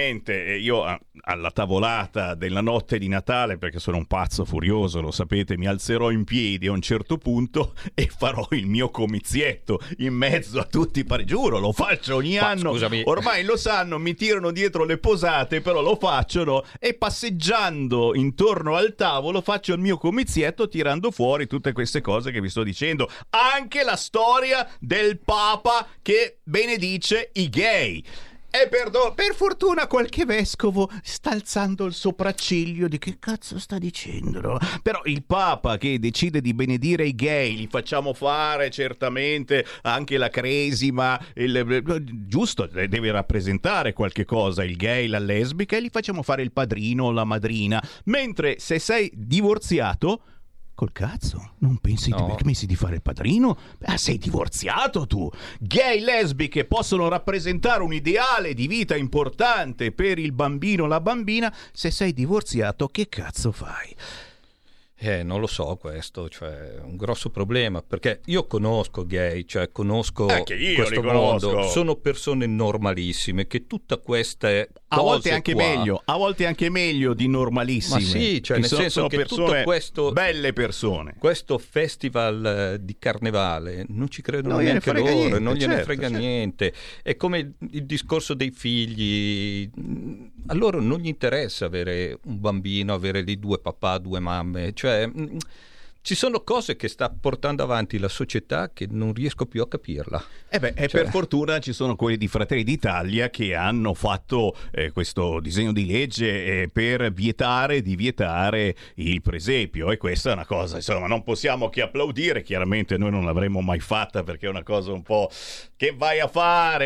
io alla tavolata della notte di Natale, perché sono un pazzo furioso, lo sapete, mi alzerò in piedi a un certo punto e farò il mio comizietto in mezzo a tutti, giuro, lo faccio ogni anno. Scusami. Ormai lo sanno, mi tirano dietro le posate, però lo faccio, no? E passeggiando intorno al tavolo faccio il mio comizietto tirando fuori tutte queste cose che vi sto dicendo. Anche la storia del Papa che benedice i gay. E per fortuna qualche vescovo sta alzando il sopracciglio di che cazzo sta dicendo, no? Però il Papa che decide di benedire i gay, gli facciamo fare certamente anche la cresima, giusto, deve rappresentare qualche cosa il gay, la lesbica, e gli facciamo fare il padrino o la madrina. Mentre se sei divorziato, col cazzo, non pensi di fare il padrino? Sei divorziato tu. Gay, lesbiche possono rappresentare un ideale di vita importante per il bambino o la bambina. Se sei divorziato, che cazzo fai? Non lo so questo, cioè è un grosso problema, perché io conosco gay, cioè conosco Anche io questo li conosco. mondo, sono persone normalissime che tutta queste A volte anche qua, meglio di normalissime. Ma sì, cioè che nel senso sono che persone, tutto questo belle persone. Questo festival di carnevale non ci credono Non gliene neanche frega loro, niente, non gliene certo, frega certo. niente. È come il discorso dei figli. A loro non gli interessa avere un bambino, avere lì 2 papà, 2 mamme, cioè ci sono cose che sta portando avanti la società che non riesco più a capirla. Per fortuna ci sono quelli di Fratelli d'Italia che hanno fatto questo disegno di legge per vietare il presepio, e questa è una cosa, insomma, non possiamo che applaudire. Chiaramente noi non l'avremmo mai fatta perché è una cosa un po' che vai a fare,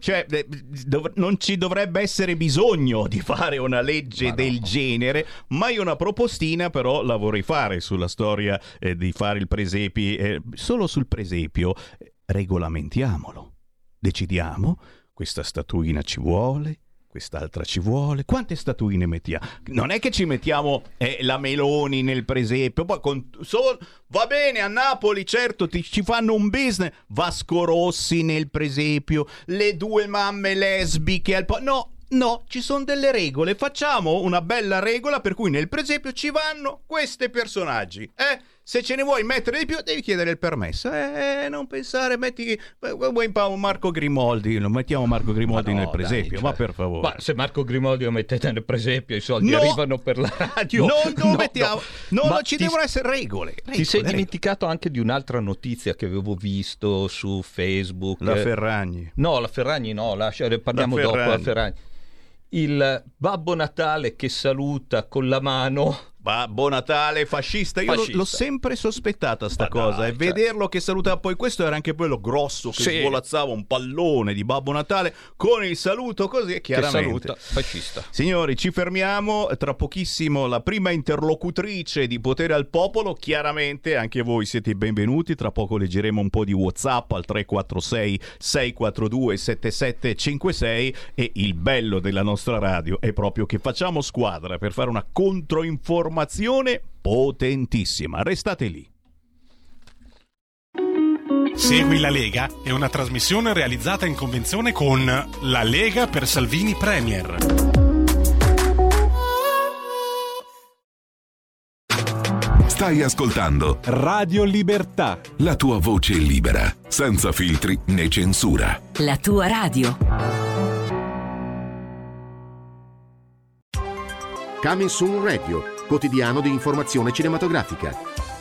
non ci dovrebbe essere bisogno di fare una legge del genere, ma io una propostina però la vorrei fare sulla storia di fare il presepio, solo sul presepio. Regolamentiamolo, decidiamo, questa statuina ci vuole, quest'altra ci vuole. Quante statuine mettiamo? Non è che ci mettiamo la Meloni nel presepio, poi va bene, a Napoli certo ci fanno un business, Vasco Rossi nel presepio, le due mamme lesbiche no, ci sono delle regole. Facciamo una bella regola per cui nel presepio ci vanno questi personaggi. Se ce ne vuoi mettere di più devi chiedere il permesso. Non pensare, vuoi Marco Grimoldi, lo mettiamo Marco Grimoldi nel presepio, ma per favore. Ma se Marco Grimoldi lo mettete nel presepio i soldi arrivano per la radio. Non mettiamo. No, ci devono essere regole. Ti sei dimenticato anche di un'altra notizia che avevo visto su Facebook. La Ferragni. No, la Ferragni no, parliamo dopo la Ferragni. Il Babbo Natale che saluta con la mano. Babbo Natale fascista. Io l'ho sempre sospettata sta cosa. E vederlo che salutava, poi questo era anche quello grosso che svolazzava un pallone di Babbo Natale con il saluto così, e chiaramente che saluta fascista. Signori, ci fermiamo. Tra pochissimo la prima interlocutrice di Potere al Popolo. Chiaramente anche voi siete benvenuti. Tra poco leggeremo un po' di WhatsApp al 346 642 7756. E il bello della nostra radio è proprio che facciamo squadra per fare una controinformazione potentissima. Restate lì. Segui la Lega è una trasmissione realizzata in convenzione con La Lega per Salvini Premier. Stai ascoltando Radio Libertà, la tua voce libera, senza filtri né censura. La tua radio. Coming Soon Radio, quotidiano di informazione cinematografica.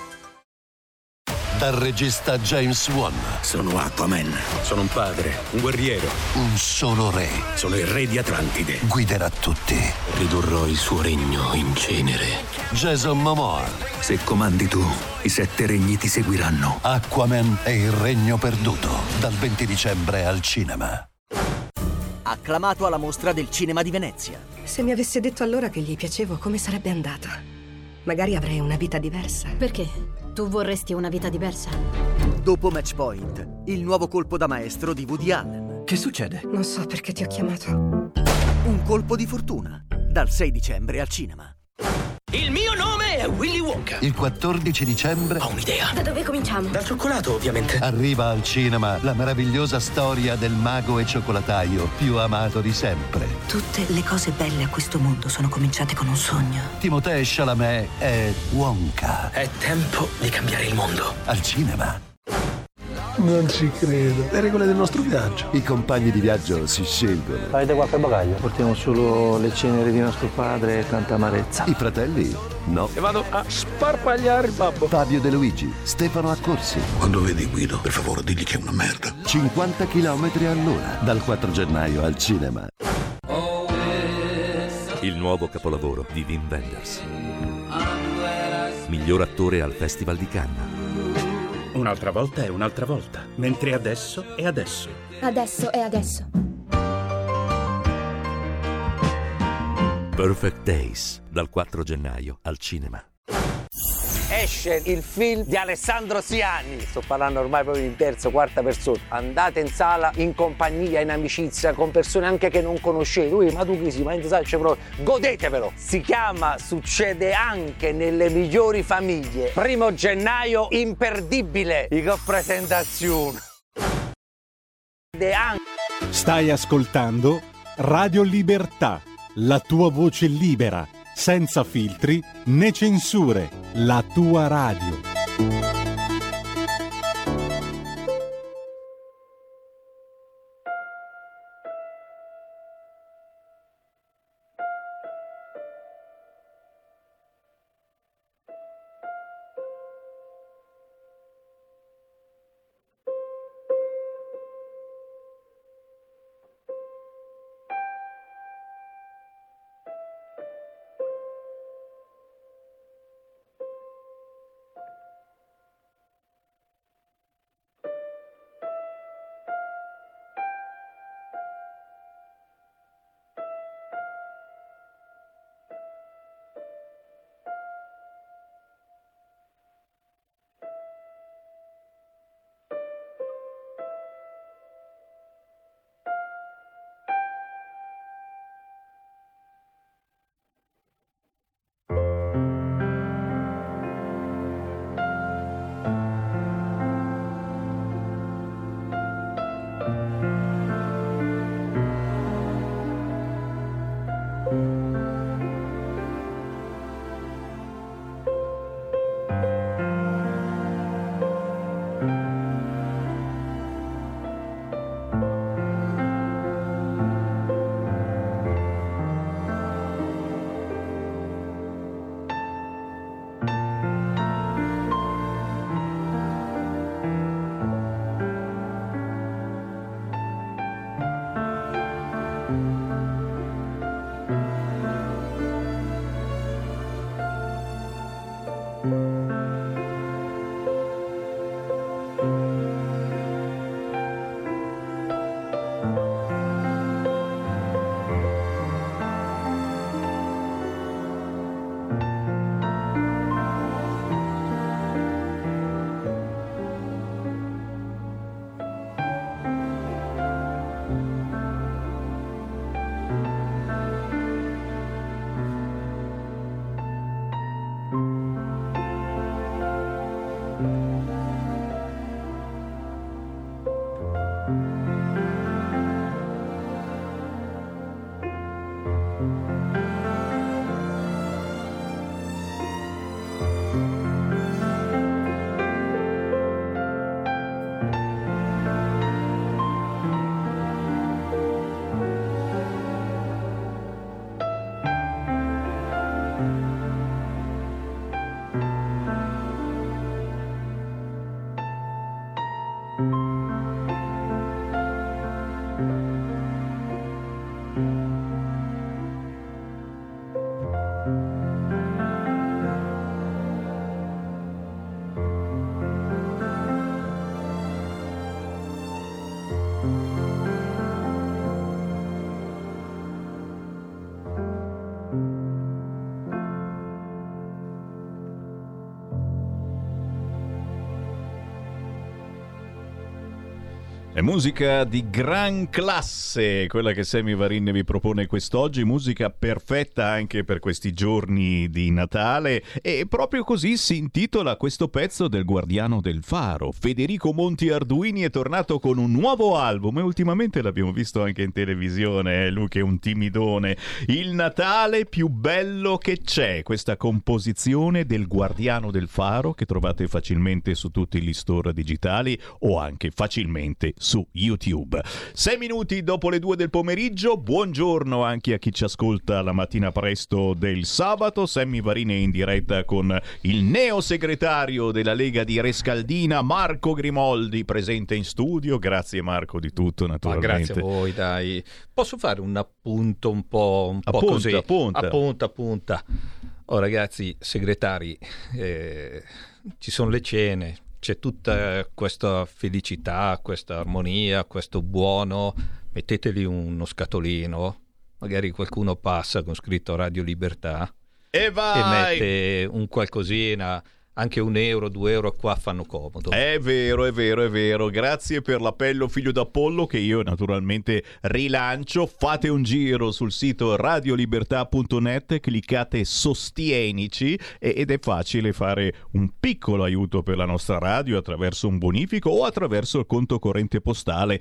Dal regista James Wan. Sono Aquaman. Sono un padre, un guerriero. Un solo re. Sono il re di Atlantide. Guiderà tutti. Ridurrò il suo regno in cenere. Jason Momoa. Se comandi tu, i 7 regni ti seguiranno. Aquaman e il regno perduto. Dal 20 dicembre al cinema. Acclamato alla Mostra del Cinema di Venezia. Se mi avesse detto allora che gli piacevo, come sarebbe andata? Magari avrei una vita diversa. Perché? Tu vorresti una vita diversa? Dopo Match Point, il nuovo colpo da maestro di Woody Allen. Che succede? Non so perché ti ho chiamato. Un colpo di fortuna. Dal 6 dicembre al cinema. Il mio nome è Willy Wonka. Il 14 dicembre... Ho un'idea. Da dove cominciamo? Dal cioccolato, ovviamente. Arriva al cinema la meravigliosa storia del mago e cioccolataio più amato di sempre. Tutte le cose belle a questo mondo sono cominciate con un sogno. Timothée Chalamet è Wonka. È tempo di cambiare il mondo. Al cinema. Non ci credo. Le regole del nostro viaggio. I compagni di viaggio si scelgono. Avete qualche bagaglio? Portiamo solo le ceneri di nostro padre e tanta amarezza. I fratelli? No. E vado a sparpagliare il babbo. Fabio De Luigi, Stefano Accorsi. Quando vedi Guido, per favore digli che è una merda. 50 km all'ora. Dal 4 gennaio al cinema. Il nuovo capolavoro di Wim Wenders. Miglior attore al Festival di Cannes. Un'altra volta è un'altra volta, mentre adesso è adesso. Adesso è adesso. Perfect Days, dal 4 gennaio al cinema. Esce il film di Alessandro Siani. Sto parlando ormai proprio in terza, quarta persona. Andate in sala in compagnia, in amicizia, con persone anche che non conoscete. Ma tu chi sei? Ma sai, c'è proprio. Godetevelo! Si chiama Succede anche nelle migliori famiglie. 1 gennaio, imperdibile. Che presentazione. Stai ascoltando Radio Libertà, la tua voce libera, senza filtri né censure, la tua radio. È musica di gran classe, quella che Sammy Varin vi propone quest'oggi, musica perfetta anche per questi giorni di Natale, e proprio così si intitola questo pezzo del Guardiano del Faro. Federico Monti Arduini è tornato con un nuovo album e ultimamente l'abbiamo visto anche in televisione, lui che è un timidone. Il Natale più bello che c'è, questa composizione del Guardiano del Faro che trovate facilmente su tutti gli store digitali o anche facilmente su YouTube. 6 minuti dopo le 2 del pomeriggio, buongiorno anche a chi ci ascolta la mattina presto del sabato. Sammy Varin è in diretta con il neo segretario della Lega di Rescaldina, Marco Grimoldi, presente in studio. Grazie Marco di tutto, naturalmente. Grazie a voi, dai. Posso fare un appunto un po' così? Appunta. Oh ragazzi, segretari, ci sono le cene, c'è tutta questa felicità, questa armonia, questo buono, metteteli uno scatolino, magari qualcuno passa con scritto Radio Libertà e vai! E mette un qualcosina, anche €1, €2 qua fanno comodo. È vero. Grazie per l'appello figlio d'Apollo che io naturalmente rilancio. Fate un giro sul sito radiolibertà.net, cliccate Sostienici ed è facile fare un piccolo aiuto per la nostra radio attraverso un bonifico o attraverso il conto corrente postale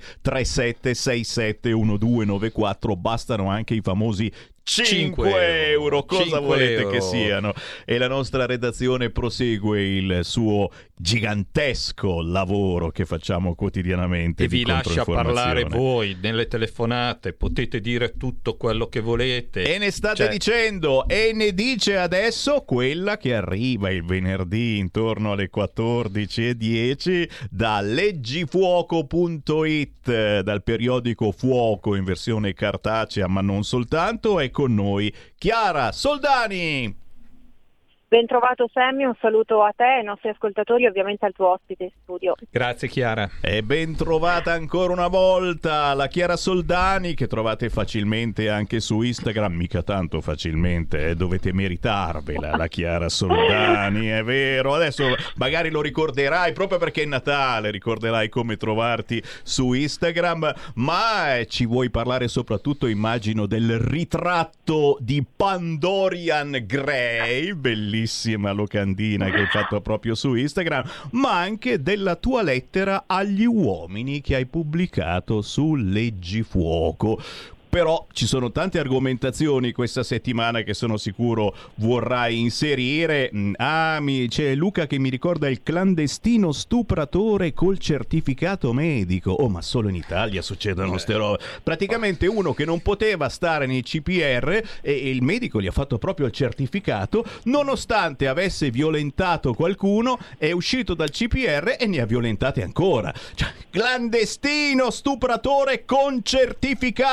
37671294. Bastano anche i famosi 5 euro, cosa 5 volete euro. che siano? E la nostra redazione prosegue il suo gigantesco lavoro che facciamo quotidianamente. E vi lascia parlare voi nelle telefonate, potete dire tutto quello che volete. E ne state dicendo, e ne dice adesso quella che arriva il venerdì intorno alle 14:10 da leggifuoco.it, dal periodico Fuoco in versione cartacea, ma non soltanto. È con noi Chiara Soldani. Ben trovato Sammy, un saluto a te, ai nostri ascoltatori e ovviamente al tuo ospite in studio. Grazie Chiara. E ben trovata ancora una volta la Chiara Soldani, che trovate facilmente anche su Instagram, mica tanto facilmente, dovete meritarvela la Chiara Soldani, è vero. Adesso magari lo ricorderai, proprio perché è Natale, ricorderai come trovarti su Instagram, ma ci vuoi parlare soprattutto, immagino, del ritratto di Pandorian Gray, bellissima locandina che hai fatto proprio su Instagram, ma anche della tua lettera agli uomini che hai pubblicato su Leggifuoco. Però ci sono tante argomentazioni questa settimana che sono sicuro vorrai inserire. C'è Luca che mi ricorda il clandestino stupratore col certificato medico. Oh, ma solo in Italia succedono ste robe. Praticamente uno che non poteva stare nei CPR e il medico gli ha fatto proprio il certificato, nonostante avesse violentato qualcuno, è uscito dal CPR e ne ha violentate ancora. Cioè, clandestino stupratore con certificato.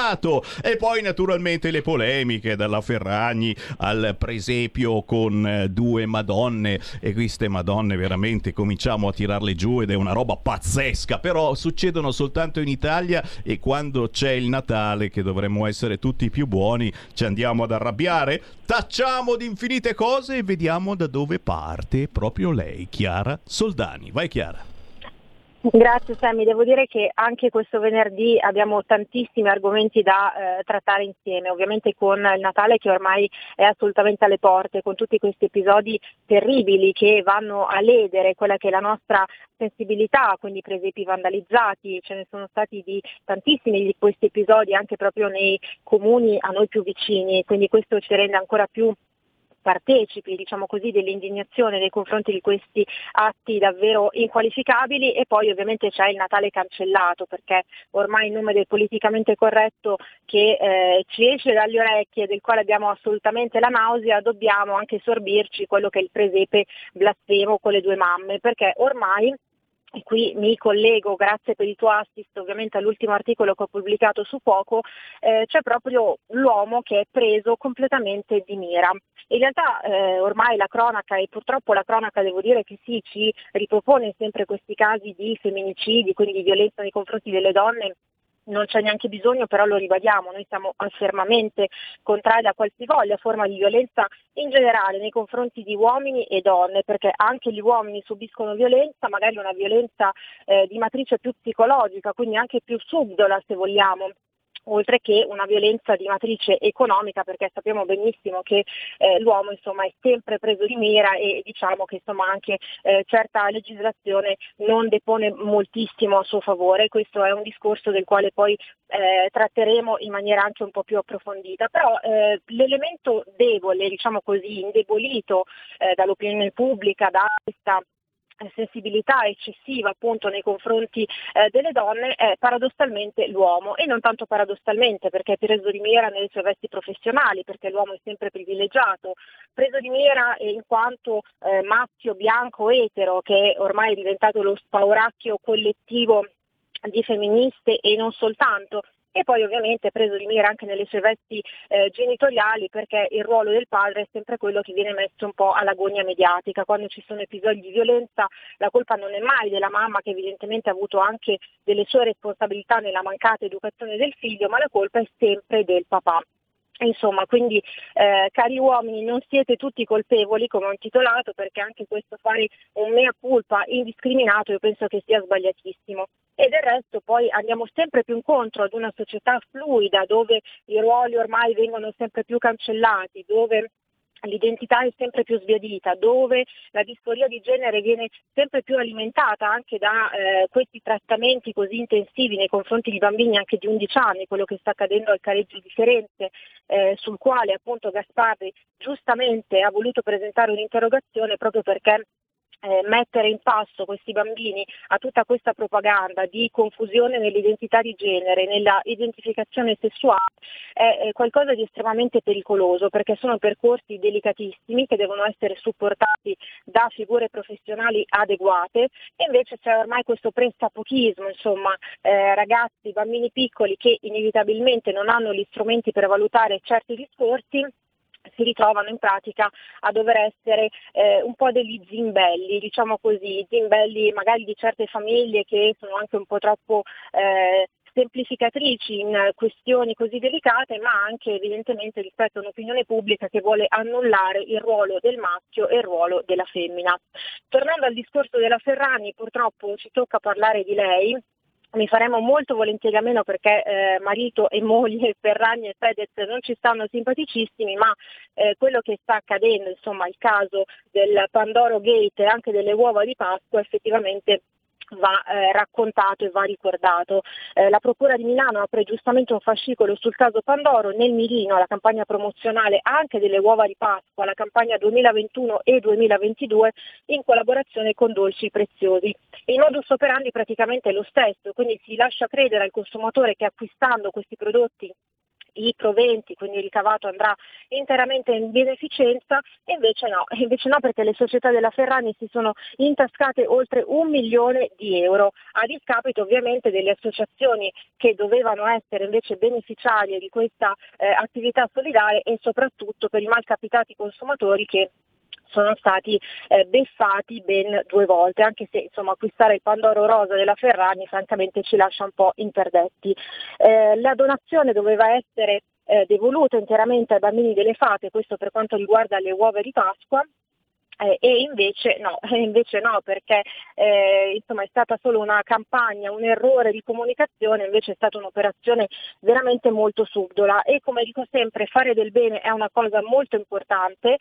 E poi naturalmente le polemiche, dalla Ferragni al presepio con 2 Madonne, e queste Madonne veramente cominciamo a tirarle giù ed è una roba pazzesca, però succedono soltanto in Italia, e quando c'è il Natale, che dovremmo essere tutti più buoni, ci andiamo ad arrabbiare, tacciamo di infinite cose e vediamo da dove parte proprio lei, Chiara Soldani. Vai Chiara. Grazie Sammy, devo dire che anche questo venerdì abbiamo tantissimi argomenti da trattare insieme, ovviamente con il Natale che ormai è assolutamente alle porte, con tutti questi episodi terribili che vanno a ledere quella che è la nostra sensibilità, quindi presepi vandalizzati, ce ne sono stati di tantissimi di questi episodi anche proprio nei comuni a noi più vicini, quindi questo ci rende ancora più partecipi, diciamo così, dell'indignazione nei confronti di questi atti davvero inqualificabili. E poi ovviamente c'è il Natale cancellato, perché ormai in nome del politicamente corretto che ci esce dalle orecchie, del quale abbiamo assolutamente la nausea, dobbiamo anche sorbirci quello che è il presepe blasfemo con le 2 mamme, perché ormai, e qui mi collego, grazie per il tuo assist ovviamente all'ultimo articolo che ho pubblicato su Poco, c'è proprio l'uomo che è preso completamente di mira. In realtà ormai la cronaca, e purtroppo la cronaca devo dire che sì, ci ripropone sempre questi casi di femminicidi, quindi di violenza nei confronti delle donne. Non c'è neanche bisogno, però lo ribadiamo, noi siamo fermamente contrari a qualsivoglia forma di violenza in generale nei confronti di uomini e donne, perché anche gli uomini subiscono violenza, magari una violenza di matrice più psicologica, quindi anche più subdola se vogliamo, oltre che una violenza di matrice economica, perché sappiamo benissimo che l'uomo insomma è sempre preso di mira, e diciamo che insomma anche certa legislazione non depone moltissimo a suo favore. Questo è un discorso del quale poi tratteremo in maniera anche un po' più approfondita, però l'elemento debole, diciamo così, indebolito dall'opinione pubblica, da questa sensibilità eccessiva appunto nei confronti delle donne, è paradossalmente l'uomo, e non tanto paradossalmente perché è preso di mira nelle sue vesti professionali, perché l'uomo è sempre privilegiato, preso di mira in quanto maschio, bianco, etero, che ormai è diventato lo spauracchio collettivo di femministe e non soltanto. E poi ovviamente preso di mira anche nelle sue vesti genitoriali, perché il ruolo del padre è sempre quello che viene messo un po' all'agonia mediatica. Quando ci sono episodi di violenza la colpa non è mai della mamma, che evidentemente ha avuto anche delle sue responsabilità nella mancata educazione del figlio, ma la colpa è sempre del papà. Insomma, quindi cari uomini, non siete tutti colpevoli, come ho intitolato, perché anche questo fare un mea culpa indiscriminato io penso che sia sbagliatissimo. E del resto poi andiamo sempre più incontro ad una società fluida, dove i ruoli ormai vengono sempre più cancellati, dove l'identità è sempre più sbiadita, dove la disforia di genere viene sempre più alimentata anche da questi trattamenti così intensivi nei confronti di bambini anche di 11 anni, quello che sta accadendo al Careggio di Firenze, sul quale appunto Gasparri giustamente ha voluto presentare un'interrogazione, proprio perché mettere in passo questi bambini a tutta questa propaganda di confusione nell'identità di genere, nella identificazione sessuale, è qualcosa di estremamente pericoloso, perché sono percorsi delicatissimi che devono essere supportati da figure professionali adeguate, e invece c'è ormai questo pressapochismo, insomma, ragazzi, bambini piccoli che inevitabilmente non hanno gli strumenti per valutare certi discorsi, si ritrovano in pratica a dover essere un po' degli zimbelli, diciamo così, zimbelli magari di certe famiglie che sono anche un po' troppo semplificatrici in questioni così delicate, ma anche evidentemente rispetto a un'opinione pubblica che vuole annullare il ruolo del maschio e il ruolo della femmina. Tornando al discorso della Ferragni, purtroppo ci tocca parlare di lei. Ne faremo molto volentieri a meno, perché marito e moglie Ferragni e Fedez non ci stanno simpaticissimi, ma quello che sta accadendo, insomma il caso del Pandoro Gate e anche delle uova di Pasqua, effettivamente va raccontato e va ricordato. La Procura di Milano apre giustamente un fascicolo sul caso Pandoro, nel mirino la campagna promozionale anche delle uova di Pasqua, la campagna 2021 e 2022 in collaborazione con Dolci Preziosi. Il modus operandi praticamente è lo stesso, quindi si lascia credere al consumatore che acquistando questi prodotti i proventi, quindi il ricavato andrà interamente in beneficenza, e invece no, perché le società della Ferragni si sono intascate oltre 1 milione di euro, a discapito ovviamente delle associazioni che dovevano essere invece beneficiarie di questa attività solidale, e soprattutto per i malcapitati consumatori che sono stati beffati ben 2 volte, anche se insomma acquistare il Pandoro rosa della Ferragni francamente ci lascia un po' interdetti. La donazione doveva essere devoluta interamente ai bambini delle fate, questo per quanto riguarda le uova di Pasqua. E invece no, perché insomma è stata solo una campagna, un errore di comunicazione, invece è stata un'operazione veramente molto subdola, e come dico sempre, fare del bene è una cosa molto importante,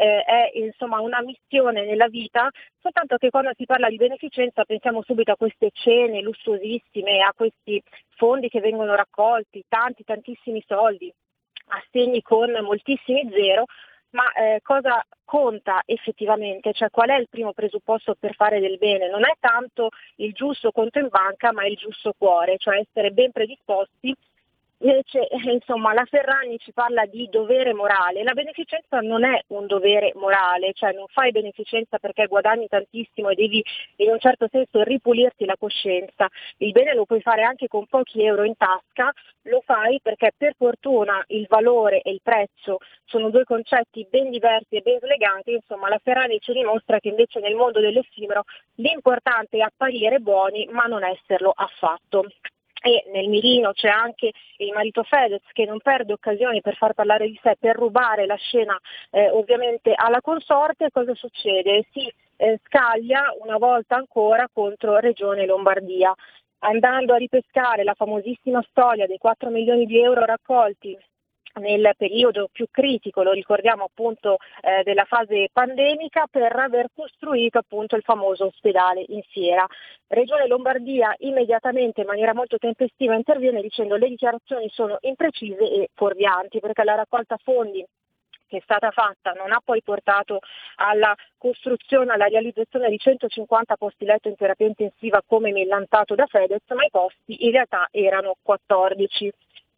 è insomma una missione nella vita, soltanto che quando si parla di beneficenza pensiamo subito a queste cene lussuosissime, a questi fondi che vengono raccolti, tantissimi soldi, assegni con moltissimi zero. Ma cosa conta effettivamente? Cioè, qual è il primo presupposto per fare del bene? Non è tanto il giusto conto in banca, ma il giusto cuore, cioè essere ben predisposti. Invece, insomma, la Ferragni ci parla di dovere morale. La beneficenza non è un dovere morale, cioè non fai beneficenza perché guadagni tantissimo e devi in un certo senso ripulirti la coscienza. Il bene lo puoi fare anche con pochi euro in tasca, lo fai perché per fortuna il valore e il prezzo sono 2 concetti ben diversi e ben slegati. Insomma, la Ferragni ci dimostra che invece nel mondo dell'effimero l'importante è apparire buoni, ma non esserlo affatto. E nel mirino c'è anche il marito Fedez, che non perde occasioni per far parlare di sé, per rubare la scena ovviamente alla consorte. Cosa succede? Si scaglia una volta ancora contro Regione Lombardia, andando a ripescare la famosissima storia dei 4 milioni di euro raccolti nel periodo più critico, lo ricordiamo appunto della fase pandemica, per aver costruito appunto il famoso ospedale in Fiera. Regione Lombardia immediatamente, in maniera molto tempestiva, interviene dicendo: le dichiarazioni sono imprecise e fuorvianti, perché la raccolta fondi che è stata fatta non ha poi portato alla costruzione, alla realizzazione di 150 posti letto in terapia intensiva come millantato da Fedez, ma i posti in realtà erano 14.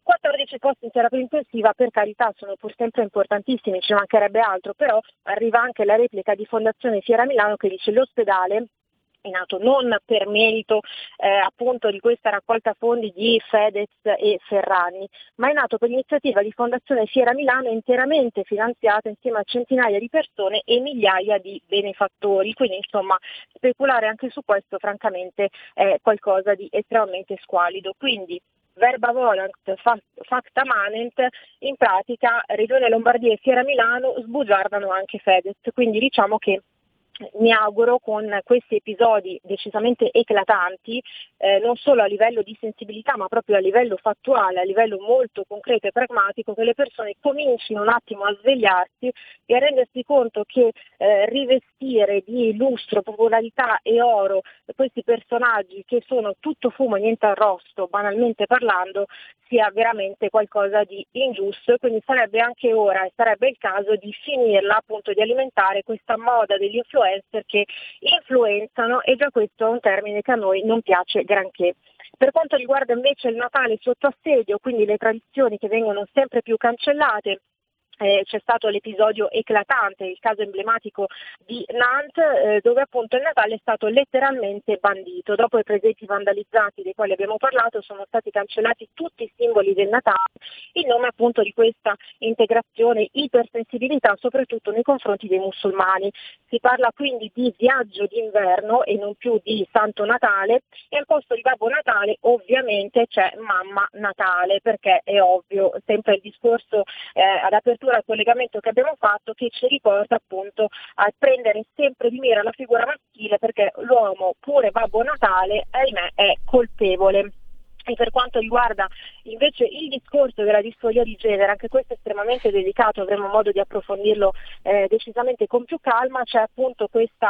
14 posti in terapia intensiva, per carità, sono pur sempre importantissimi, ci mancherebbe altro, però arriva anche la replica di Fondazione Fiera Milano che dice: l'ospedale è nato non per merito appunto di questa raccolta fondi di Fedez e Ferragni, ma è nato per iniziativa di Fondazione Fiera Milano, interamente finanziata insieme a centinaia di persone e migliaia di benefattori. Quindi insomma speculare anche su questo francamente è qualcosa di estremamente squallido. Quindi verba volant, facta manent, in pratica Regione Lombardia e Fiera Milano sbugiardano anche Fedez, quindi diciamo che mi auguro con questi episodi decisamente eclatanti, non solo a livello di sensibilità ma proprio a livello fattuale, a livello molto concreto e pragmatico, che le persone comincino un attimo a svegliarsi e a rendersi conto che rivestire di lustro, popolarità e oro questi personaggi che sono tutto fumo e niente arrosto, banalmente parlando, sia veramente qualcosa di ingiusto, e quindi sarebbe anche ora e sarebbe il caso di finirla appunto di alimentare questa moda degli influencer che influenzano, e già questo è un termine che a noi non piace granché. Per quanto riguarda invece il Natale sotto assedio, quindi le tradizioni che vengono sempre più cancellate, c'è stato l'episodio eclatante, il caso emblematico di Nantes, dove appunto il Natale è stato letteralmente bandito. Dopo i presenti vandalizzati dei quali abbiamo parlato, sono stati cancellati tutti i simboli del Natale, in nome appunto di questa integrazione, ipersensibilità soprattutto nei confronti dei musulmani. Si parla quindi di viaggio d'inverno e non più di Santo Natale, e al posto di Babbo Natale ovviamente c'è Mamma Natale, perché è ovvio, sempre il discorso ad apertura al collegamento che abbiamo fatto, che ci riporta appunto a prendere sempre di mira la figura maschile, perché l'uomo, pure Babbo Natale, ahimè, è colpevole. E per quanto riguarda invece il discorso della disforia di genere, anche questo è estremamente delicato, avremo modo di approfondirlo decisamente con più calma. C'è appunto questa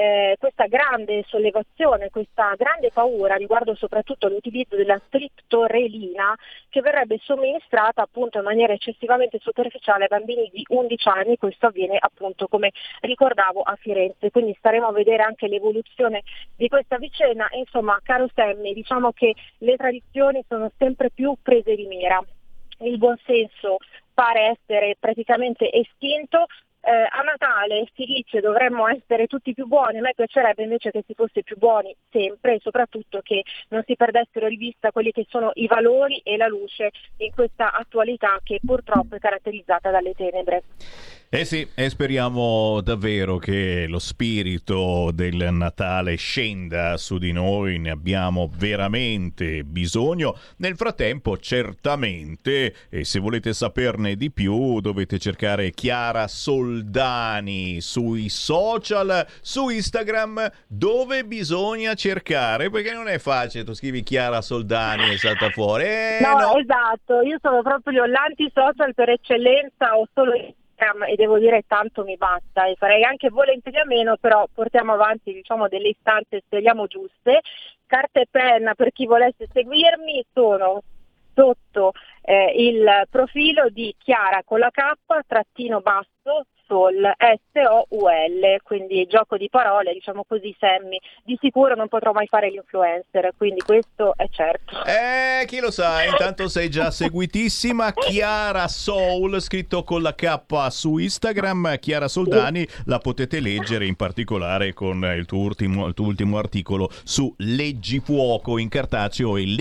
grande sollevazione, questa grande paura riguardo soprattutto all'utilizzo della striptorelina, che verrebbe somministrata appunto in maniera eccessivamente superficiale ai bambini di 11 anni. Questo avviene appunto, come ricordavo, a Firenze, quindi staremo a vedere anche l'evoluzione di questa vicenda. Insomma, caro Sammy, diciamo che le tradizioni sono sempre più prese di mira. il buonsenso pare essere praticamente estinto. A Natale si dice dovremmo essere tutti più buoni, a me piacerebbe invece che si fosse più buoni sempre e soprattutto che non si perdessero di vista quelli che sono i valori e la luce in questa attualità che purtroppo è caratterizzata dalle tenebre. Eh sì, e speriamo davvero che lo spirito del Natale scenda su di noi, ne abbiamo veramente bisogno. Nel frattempo, certamente, e se volete saperne di più, dovete cercare Chiara Soldani sui social, su Instagram, dove bisogna cercare, perché non è facile, tu scrivi Chiara Soldani e salta fuori. No, esatto, io sono proprio l'anti-social per eccellenza, ho solo e devo dire tanto mi basta, e farei anche volentieri a meno, però portiamo avanti delle istanze, speriamo giuste. Carta e penna per chi volesse seguirmi sono sotto il profilo di Chiara con la K _basso Soul, SOUL, quindi gioco di parole, diciamo così, Sammy. Di sicuro non potrò mai fare l'influencer, quindi questo è certo. Chi lo sa, intanto sei già seguitissima. Chiara Soul, scritto con la K su Instagram. Chiara Soldani, la potete leggere in particolare con il tuo ultimo articolo su Leggifuoco in cartaceo e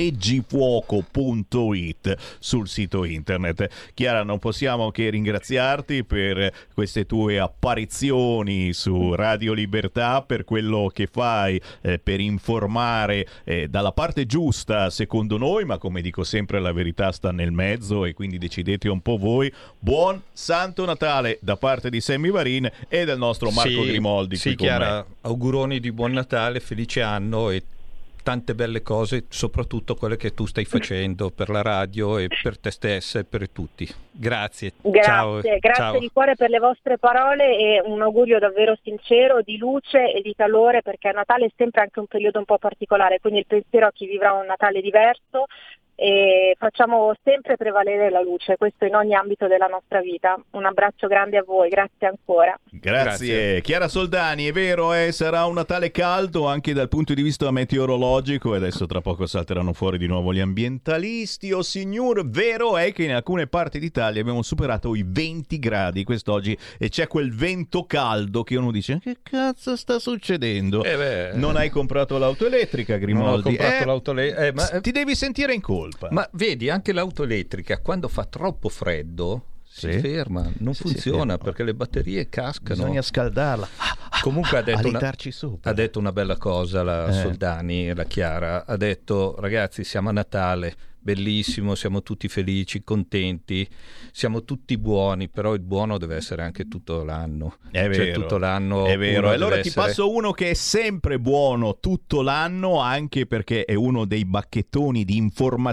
leggifuoco.it sul sito internet. Chiara, non possiamo che ringraziarti per queste tue apparizioni su Radio Libertà, per quello che fai per informare dalla parte giusta secondo noi, ma come dico sempre la verità sta nel mezzo e quindi decidete un po' voi. Buon Santo Natale da parte di Sammy Varin e del nostro Marco Grimoldi. Sì, Chiara, auguroni di buon Natale, felice anno e tante belle cose, soprattutto quelle che tu stai facendo per la radio e per te stessa e per tutti. Grazie. Ciao. Grazie di cuore per le vostre parole e un augurio davvero sincero di luce e di calore, perché Natale è sempre anche un periodo un po' particolare, quindi il pensiero a chi vivrà un Natale diverso, e facciamo sempre prevalere la luce, questo in ogni ambito della nostra vita. Un abbraccio grande a voi, grazie ancora. Grazie. Chiara Soldani, è vero, sarà un Natale caldo anche dal punto di vista meteorologico, e adesso tra poco salteranno fuori di nuovo gli ambientalisti. Oh signor, vero è che in alcune parti d'Italia abbiamo superato i 20 gradi quest'oggi e c'è quel vento caldo che uno dice: che cazzo sta succedendo? Non hai comprato l'auto elettrica, Grimoldi? Non ho comprato l'auto elettrica, ti devi sentire in colpa. Ma vedi, anche l'auto elettrica quando fa troppo freddo si ferma, non funziona perché le batterie cascano. Bisogna scaldarla. Comunque ha detto una bella cosa la Soldani, la Chiara, ha detto: ragazzi, siamo a Natale, bellissimo, siamo tutti felici, contenti, siamo tutti buoni, però il buono deve essere anche tutto l'anno. È vero, tutto l'anno. È vero. E allora ti passo uno che è sempre buono tutto l'anno, anche perché è uno dei bacchettoni di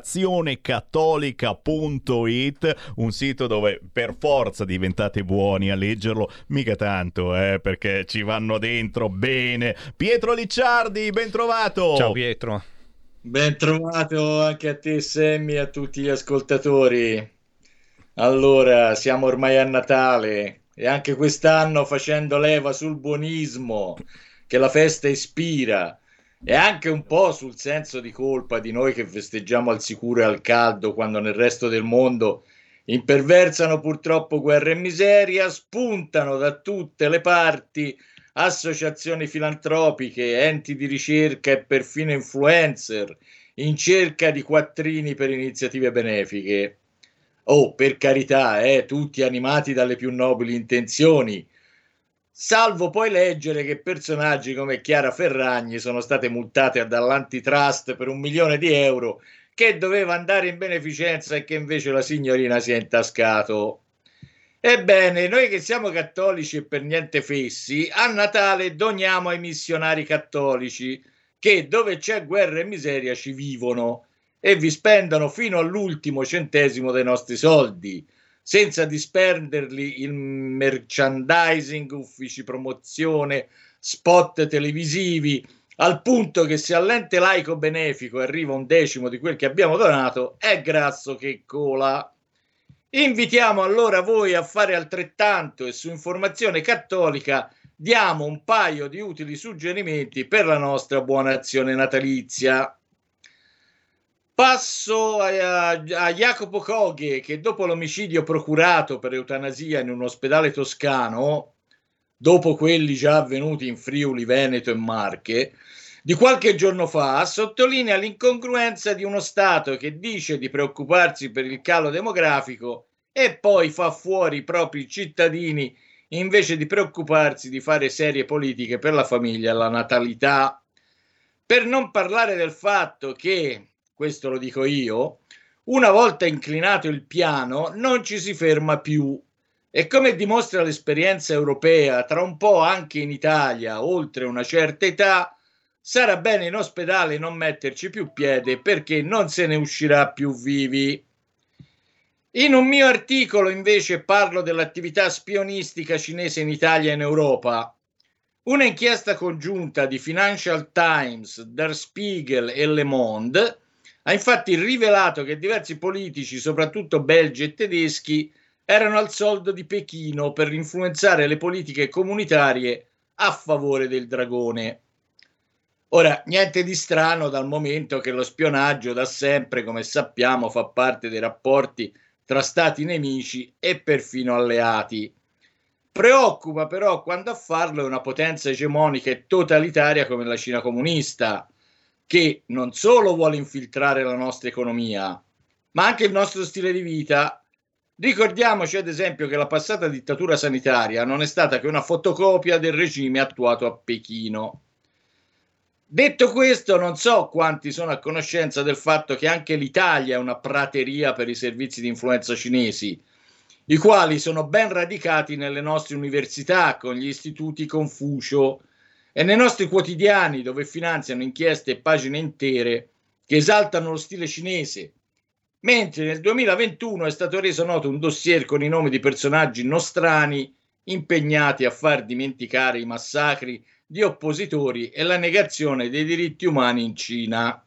informazionecattolica.it, un sito dove per forza diventate buoni a leggerlo, mica tanto, perché ci vanno dentro bene. Pietro Licciardi, ben trovato. Ciao Pietro. Ben trovato anche a te, Sammy, e a tutti gli ascoltatori. Allora, siamo ormai a Natale e anche quest'anno, facendo leva sul buonismo che la festa ispira e anche un po' sul senso di colpa di noi che festeggiamo al sicuro e al caldo quando nel resto del mondo imperversano purtroppo guerra e miseria, spuntano da tutte le parti associazioni filantropiche, enti di ricerca e perfino influencer in cerca di quattrini per iniziative benefiche. Oh, per carità, tutti animati dalle più nobili intenzioni, salvo poi leggere che personaggi come Chiara Ferragni sono state multate dall'antitrust per 1 milione di euro che doveva andare in beneficenza e che invece la signorina si è intascato. Ebbene, noi che siamo cattolici e per niente fessi, a Natale doniamo ai missionari cattolici che dove c'è guerra e miseria ci vivono e vi spendono fino all'ultimo centesimo dei nostri soldi, senza dispenderli in merchandising, uffici promozione, spot televisivi, al punto che se all'ente laico benefico arriva 1/10 di quel che abbiamo donato, è grasso che cola. Invitiamo allora voi a fare altrettanto e su Informazione Cattolica diamo un paio di utili suggerimenti per la nostra buona azione natalizia. Passo a Jacopo Coghe, che dopo l'omicidio procurato per eutanasia in un ospedale toscano, dopo quelli già avvenuti in Friuli, Veneto e Marche, di qualche giorno fa, sottolinea l'incongruenza di uno Stato che dice di preoccuparsi per il calo demografico e poi fa fuori i propri cittadini invece di preoccuparsi di fare serie politiche per la famiglia e la natalità. Per non parlare del fatto che, questo lo dico io, una volta inclinato il piano non ci si ferma più e come dimostra l'esperienza europea, tra un po' anche in Italia, oltre una certa età, sarà bene in ospedale non metterci più piede perché non se ne uscirà più vivi. In un mio articolo invece parlo dell'attività spionistica cinese in Italia e in Europa. Una inchiesta congiunta di Financial Times, Der Spiegel e Le Monde ha infatti rivelato che diversi politici, soprattutto belgi e tedeschi, erano al soldo di Pechino per influenzare le politiche comunitarie a favore del dragone. Ora, niente di strano dal momento che lo spionaggio da sempre, come sappiamo, fa parte dei rapporti tra stati nemici e perfino alleati. Preoccupa però quando a farlo è una potenza egemonica e totalitaria come la Cina comunista, che non solo vuole infiltrare la nostra economia, ma anche il nostro stile di vita. Ricordiamoci ad esempio che la passata dittatura sanitaria non è stata che una fotocopia del regime attuato a Pechino. Detto questo, non so quanti sono a conoscenza del fatto che anche l'Italia è una prateria per i servizi di influenza cinesi, i quali sono ben radicati nelle nostre università con gli istituti Confucio e nei nostri quotidiani dove finanziano inchieste e pagine intere che esaltano lo stile cinese, mentre nel 2021 è stato reso noto un dossier con i nomi di personaggi nostrani impegnati a far dimenticare i massacri di oppositori e la negazione dei diritti umani in Cina.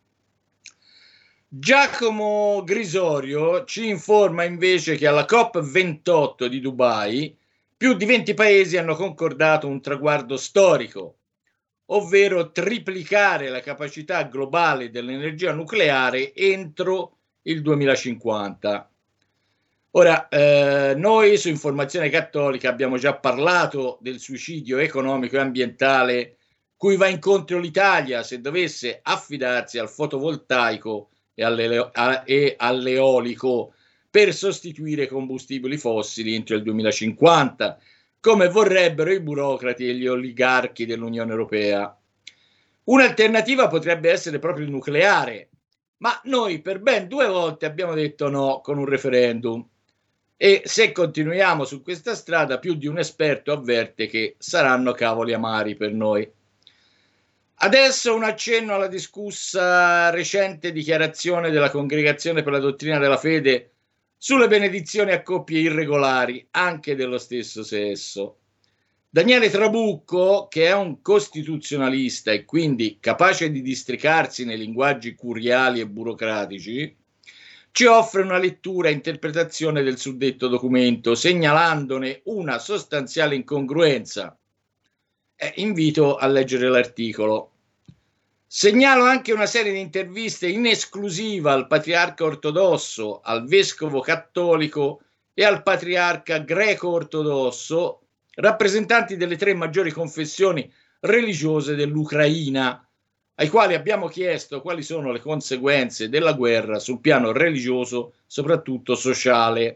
Giacomo Grisorio ci informa invece che alla COP28 di Dubai più di 20 paesi hanno concordato un traguardo storico, ovvero triplicare la capacità globale dell'energia nucleare entro il 2050. Ora, noi su Informazione Cattolica abbiamo già parlato del suicidio economico e ambientale cui va incontro l'Italia se dovesse affidarsi al fotovoltaico e all'eolico per sostituire combustibili fossili entro il 2050, come vorrebbero i burocrati e gli oligarchi dell'Unione Europea. Un'alternativa potrebbe essere proprio il nucleare, ma noi per ben 2 volte abbiamo detto no con un referendum. E se continuiamo su questa strada, più di un esperto avverte che saranno cavoli amari per noi. Adesso un accenno alla discussa recente dichiarazione della Congregazione per la Dottrina della Fede sulle benedizioni a coppie irregolari, anche dello stesso sesso. Daniele Trabucco, che è un costituzionalista e quindi capace di districarsi nei linguaggi curiali e burocratici, ci offre una lettura e interpretazione del suddetto documento, segnalandone una sostanziale incongruenza. Invito a leggere l'articolo. Segnalo anche una serie di interviste in esclusiva al patriarca ortodosso, al vescovo cattolico e al patriarca greco-ortodosso, rappresentanti delle 3 maggiori confessioni religiose dell'Ucraina, ai quali abbiamo chiesto quali sono le conseguenze della guerra sul piano religioso, soprattutto sociale.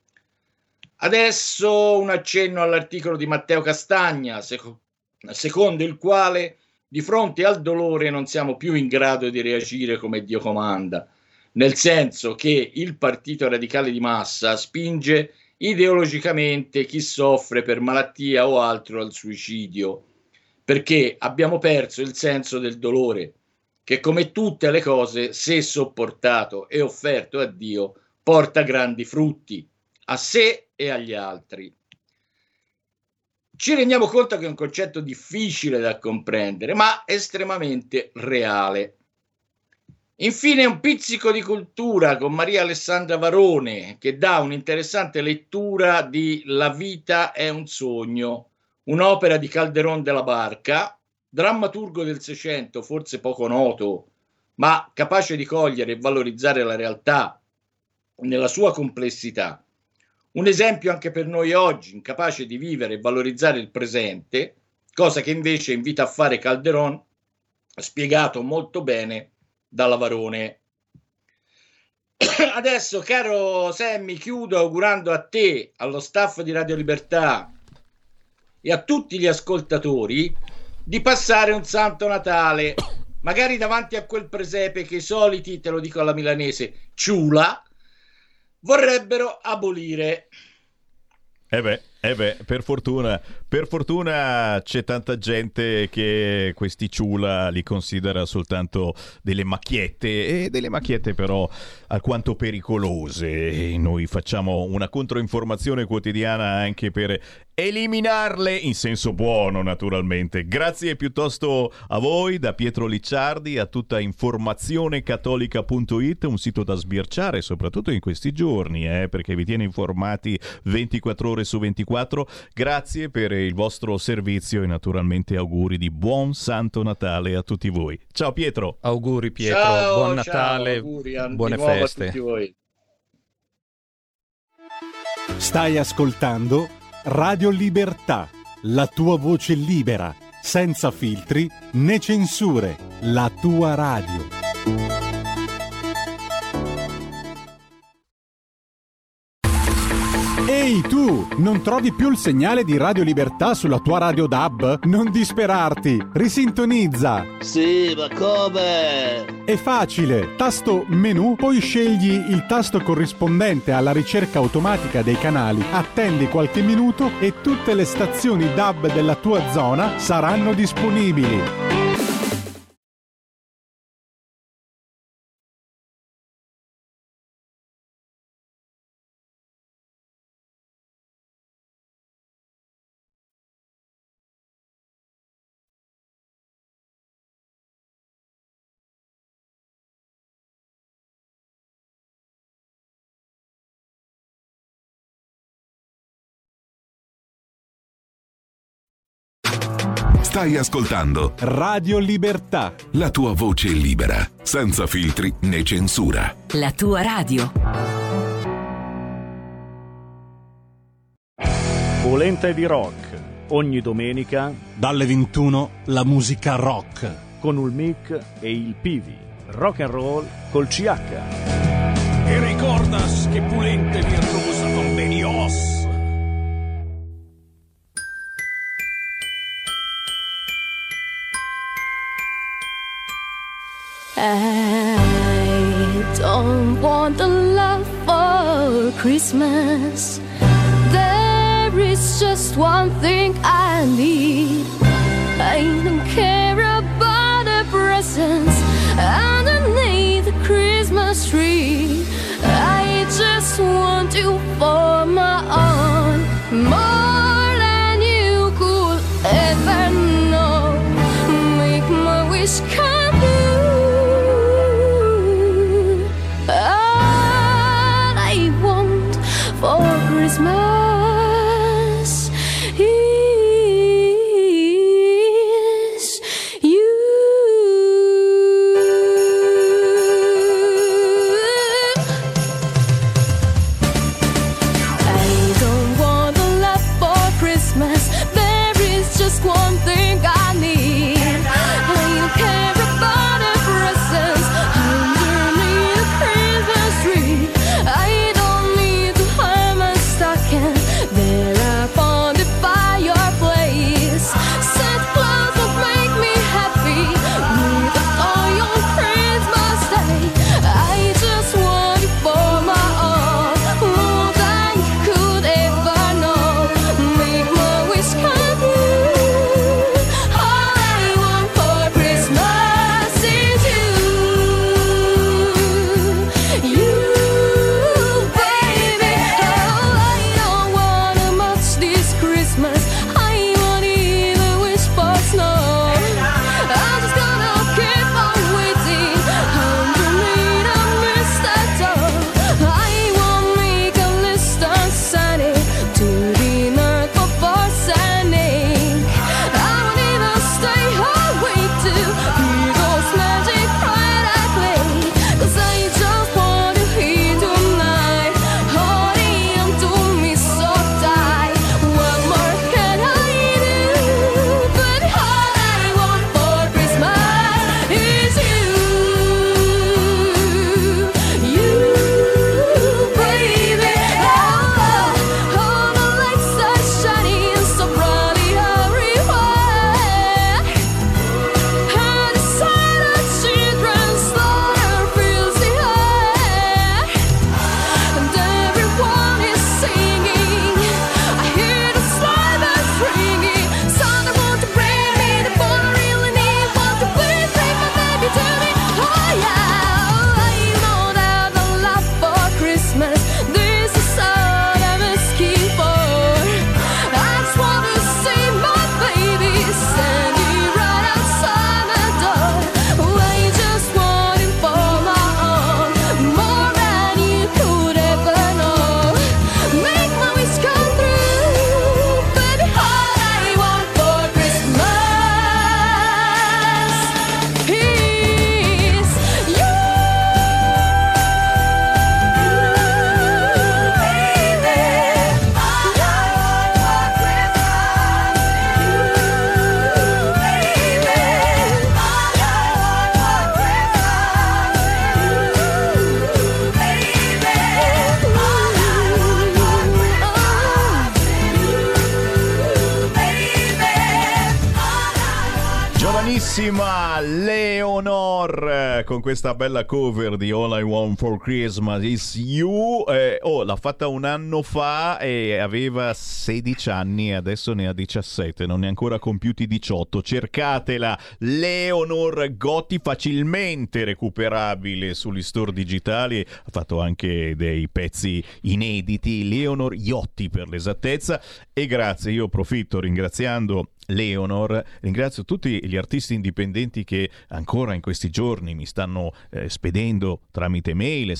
Adesso un accenno all'articolo di Matteo Castagna, secondo il quale di fronte al dolore non siamo più in grado di reagire come Dio comanda, nel senso che il partito radicale di massa spinge ideologicamente chi soffre per malattia o altro al suicidio, perché abbiamo perso il senso del dolore, che come tutte le cose, se sopportato e offerto a Dio, porta grandi frutti, a sé e agli altri. Ci rendiamo conto che è un concetto difficile da comprendere, ma estremamente reale. Infine un pizzico di cultura con Maria Alessandra Varone, che dà un'interessante lettura di La vita è un sogno, un'opera di Calderón de la Barca, drammaturgo del Seicento, forse poco noto ma capace di cogliere e valorizzare la realtà nella sua complessità. Un esempio anche per noi oggi, incapace di vivere e valorizzare il presente, cosa che invece invita a fare Calderón, spiegato molto bene dalla Varone. Adesso, caro Sammy, chiudo augurando a te, allo staff di Radio Libertà e a tutti gli ascoltatori di passare un Santo Natale, magari davanti a quel presepe che i soliti, te lo dico alla milanese, ciula, vorrebbero abolire. Per fortuna c'è tanta gente che questi ciula li considera soltanto delle macchiette, e delle macchiette però alquanto pericolose, e noi facciamo una controinformazione quotidiana anche per eliminarle in senso buono, naturalmente. Grazie piuttosto a voi, da Pietro Licciardi, a tutta informazionecattolica.it, un sito da sbirciare soprattutto in questi giorni, perché vi tiene informati 24 ore su 24. Grazie per il vostro servizio e naturalmente auguri di buon Santo Natale a tutti voi. Ciao Pietro. Auguri Pietro, ciao, buon Natale, auguri, buone feste a tutti voi. Stai ascoltando Radio Libertà, la tua voce libera, senza filtri né censure, la tua radio. Ehi tu, non trovi più il segnale di Radio Libertà sulla tua radio DAB? Non disperarti, risintonizza. Sì, ma come? È facile, tasto menu, poi scegli il tasto corrispondente alla ricerca automatica dei canali, attendi qualche minuto e tutte le stazioni DAB della tua zona saranno disponibili. Stai ascoltando Radio Libertà, la tua voce libera, senza filtri né censura. La tua radio. Polenta di rock, ogni domenica dalle 21 la musica rock con il Mic e il Pivi, rock and roll col CH. E ricordas che Pulente virtuosa con Benios. I don't want a love for Christmas. There is just one thing I need. I don't care about the presents underneath the Christmas tree. I just want you for my own, more than you could ever know. Make my wish come true. For Christmas is you. I don't want a lot for Christmas. There is just one thing I need. I don't care about the presents underneath the Christmas tree. I don't need to hide my stocking there upon the fireplace. Santa Claus will make me happy with a toy on Christmas Day. I just want you for my own, more than you could ever know. Make my wish come true. buonissima Leonor con questa bella cover di All I Want for Christmas Is You. L'ha fatta un anno fa e aveva 16 anni, adesso ne ha 17, non ne ha ancora compiuti 18. Cercatela, Leonor Gotti, facilmente recuperabile sugli store digitali. Ha fatto anche dei pezzi inediti, Leonor Iotti per l'esattezza. E grazie, io approfitto ringraziando Leonor, ringrazio tutti gli artisti indipendenti che ancora in questi giorni mi stanno spedendo tramite mail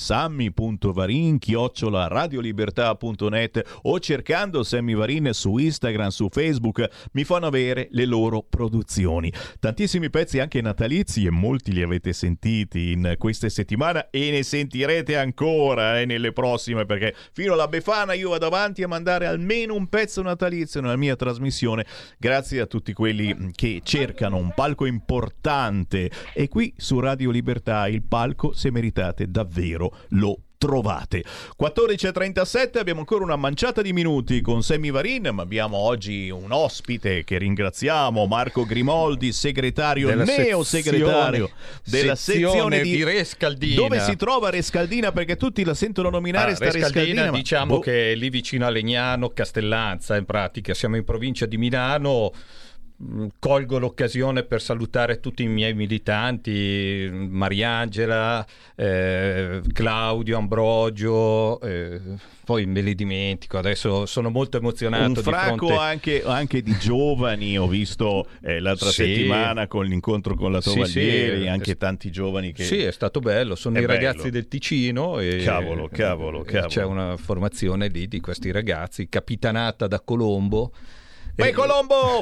sammy.varin@radiolibertà.net o cercando Sammy Varin su Instagram, su Facebook, mi fanno avere le loro produzioni. Tantissimi pezzi anche natalizi e molti li avete sentiti in queste settimane e ne sentirete ancora nelle prossime, perché fino alla Befana io vado avanti a mandare almeno un pezzo natalizio nella mia trasmissione. Grazie a tutti quelli che cercano un palco importante, e qui su Radio Libertà il palco, se meritate davvero, lo trovate. 14:37, abbiamo ancora una manciata di minuti con Sammy Varin, ma abbiamo oggi un ospite che ringraziamo, Marco Grimoldi, segretario, neosegretario della sezione di Rescaldina. Dove si trova Rescaldina? Perché tutti la sentono nominare sta Rescaldina. Diciamo che è lì vicino a Legnano, Castellanza, in pratica siamo in provincia di Milano. Colgo l'occasione per salutare tutti i miei militanti, Mariangela, Claudio, Ambrogio, poi me li dimentico, adesso sono molto emozionato. Un fracco di fronte... anche di giovani, ho visto l'altra settimana con l'incontro con la Tovaglieri, anche tanti giovani che... Sì, è stato bello, sono i ragazzi del Ticino e cavolo. C'è una formazione lì di questi ragazzi, capitanata da Colombo. Colombo!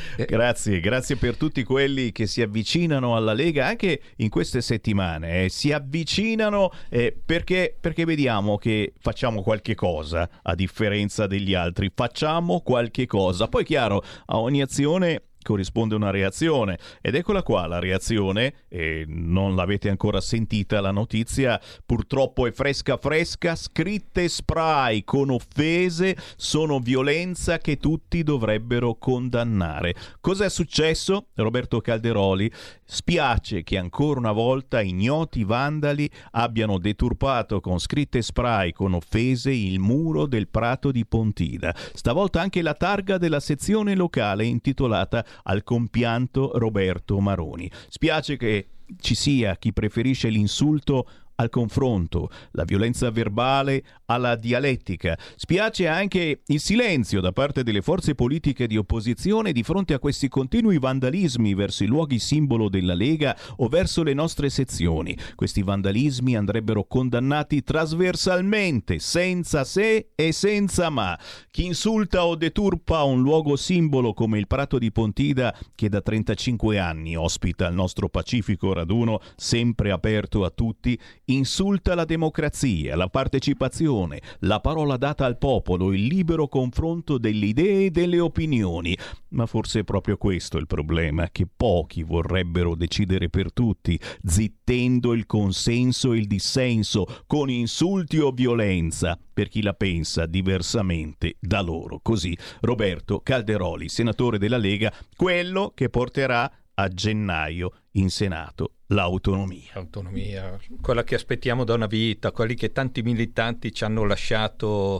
Grazie per tutti quelli che si avvicinano alla Lega anche in queste settimane, si avvicinano perché vediamo che facciamo qualche cosa, a differenza degli altri, facciamo qualche cosa. Poi chiaro, a ogni azione corrisponde una reazione, ed eccola qua la reazione, non l'avete ancora sentita la notizia, purtroppo è fresca, scritte spray con offese sono violenza che tutti dovrebbero condannare. Cos'è successo? Roberto Calderoli: spiace che ancora una volta ignoti vandali abbiano deturpato con scritte spray con offese il muro del Prato di Pontida, stavolta anche la targa della sezione locale intitolata al compianto Roberto Maroni. Spiace che ci sia chi preferisce l'insulto al confronto, la violenza verbale alla dialettica. Spiace anche il silenzio da parte delle forze politiche di opposizione di fronte a questi continui vandalismi verso i luoghi simbolo della Lega o verso le nostre sezioni. Questi vandalismi andrebbero condannati trasversalmente, senza se e senza ma. Chi insulta o deturpa un luogo simbolo come il Prato di Pontida, che da 35 anni ospita il nostro pacifico raduno sempre aperto a tutti, insulta la democrazia, la partecipazione, la parola data al popolo, il libero confronto delle idee e delle opinioni. Ma forse è proprio questo il problema, che pochi vorrebbero decidere per tutti, zittendo il consenso e il dissenso con insulti o violenza per chi la pensa diversamente da loro. Così Roberto Calderoli, senatore della Lega, quello che porterà a gennaio in Senato l'autonomia, quella che aspettiamo da una vita, quelli che tanti militanti ci hanno lasciato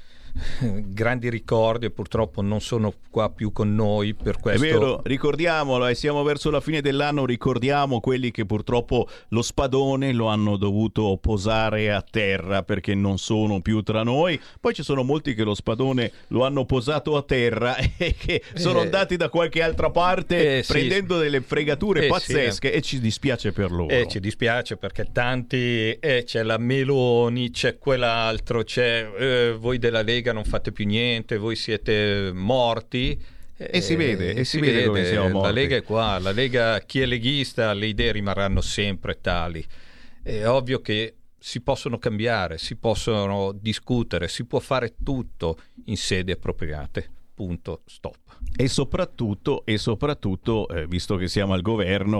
grandi ricordi e purtroppo non sono qua più con noi. Per questo è vero, ricordiamolo, e siamo verso la fine dell'anno, ricordiamo quelli che purtroppo lo spadone lo hanno dovuto posare a terra perché non sono più tra noi. Poi ci sono molti che lo spadone lo hanno posato a terra e che sono andati da qualche altra parte prendendo delle fregature pazzesche, e ci dispiace per loro. Ci dispiace perché tanti, c'è la Meloni, c'è quell'altro, c'è voi della Lega non fate più niente, voi siete morti. E si vede come siamo morti. La Lega è qua, la Lega, chi è leghista, le idee rimarranno sempre tali. È ovvio che si possono cambiare, si possono discutere, si può fare tutto in sedi appropriate. Punto, stop. E soprattutto, visto che siamo al governo,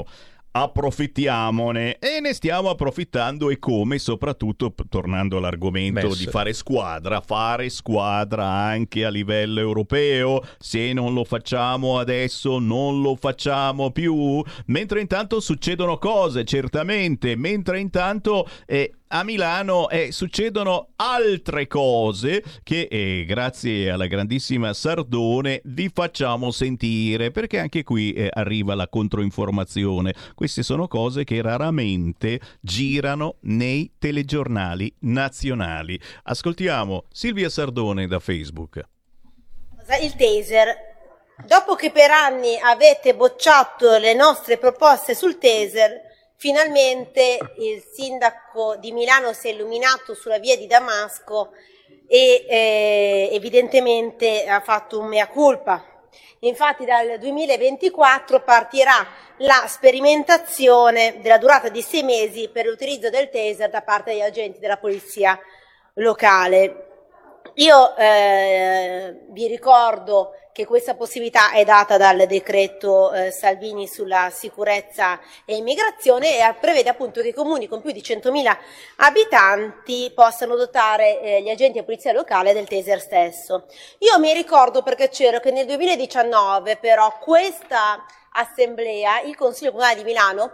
approfittiamone, e ne stiamo approfittando, e come, soprattutto tornando all'argomento di fare squadra anche a livello europeo. Se non lo facciamo adesso non lo facciamo più, mentre intanto succedono cose, certamente, mentre intanto a Milano succedono altre cose che grazie alla grandissima Sardone vi facciamo sentire, perché anche qui arriva la controinformazione. Queste sono cose che raramente girano nei telegiornali nazionali. Ascoltiamo Silvia Sardone da Facebook. Il taser. Dopo che per anni avete bocciato le nostre proposte sul taser, finalmente il sindaco di Milano si è illuminato sulla via di Damasco e evidentemente ha fatto un mea culpa. Infatti dal 2024 partirà la sperimentazione della durata di 6 mesi per l'utilizzo del taser da parte degli agenti della polizia locale. Io vi ricordo che questa possibilità è data dal decreto Salvini sulla sicurezza e immigrazione, e prevede appunto che i comuni con più di 100.000 abitanti possano dotare gli agenti di polizia locale del taser stesso. Io mi ricordo, perché c'ero, che nel 2019 però questa assemblea, il Consiglio Comunale di Milano,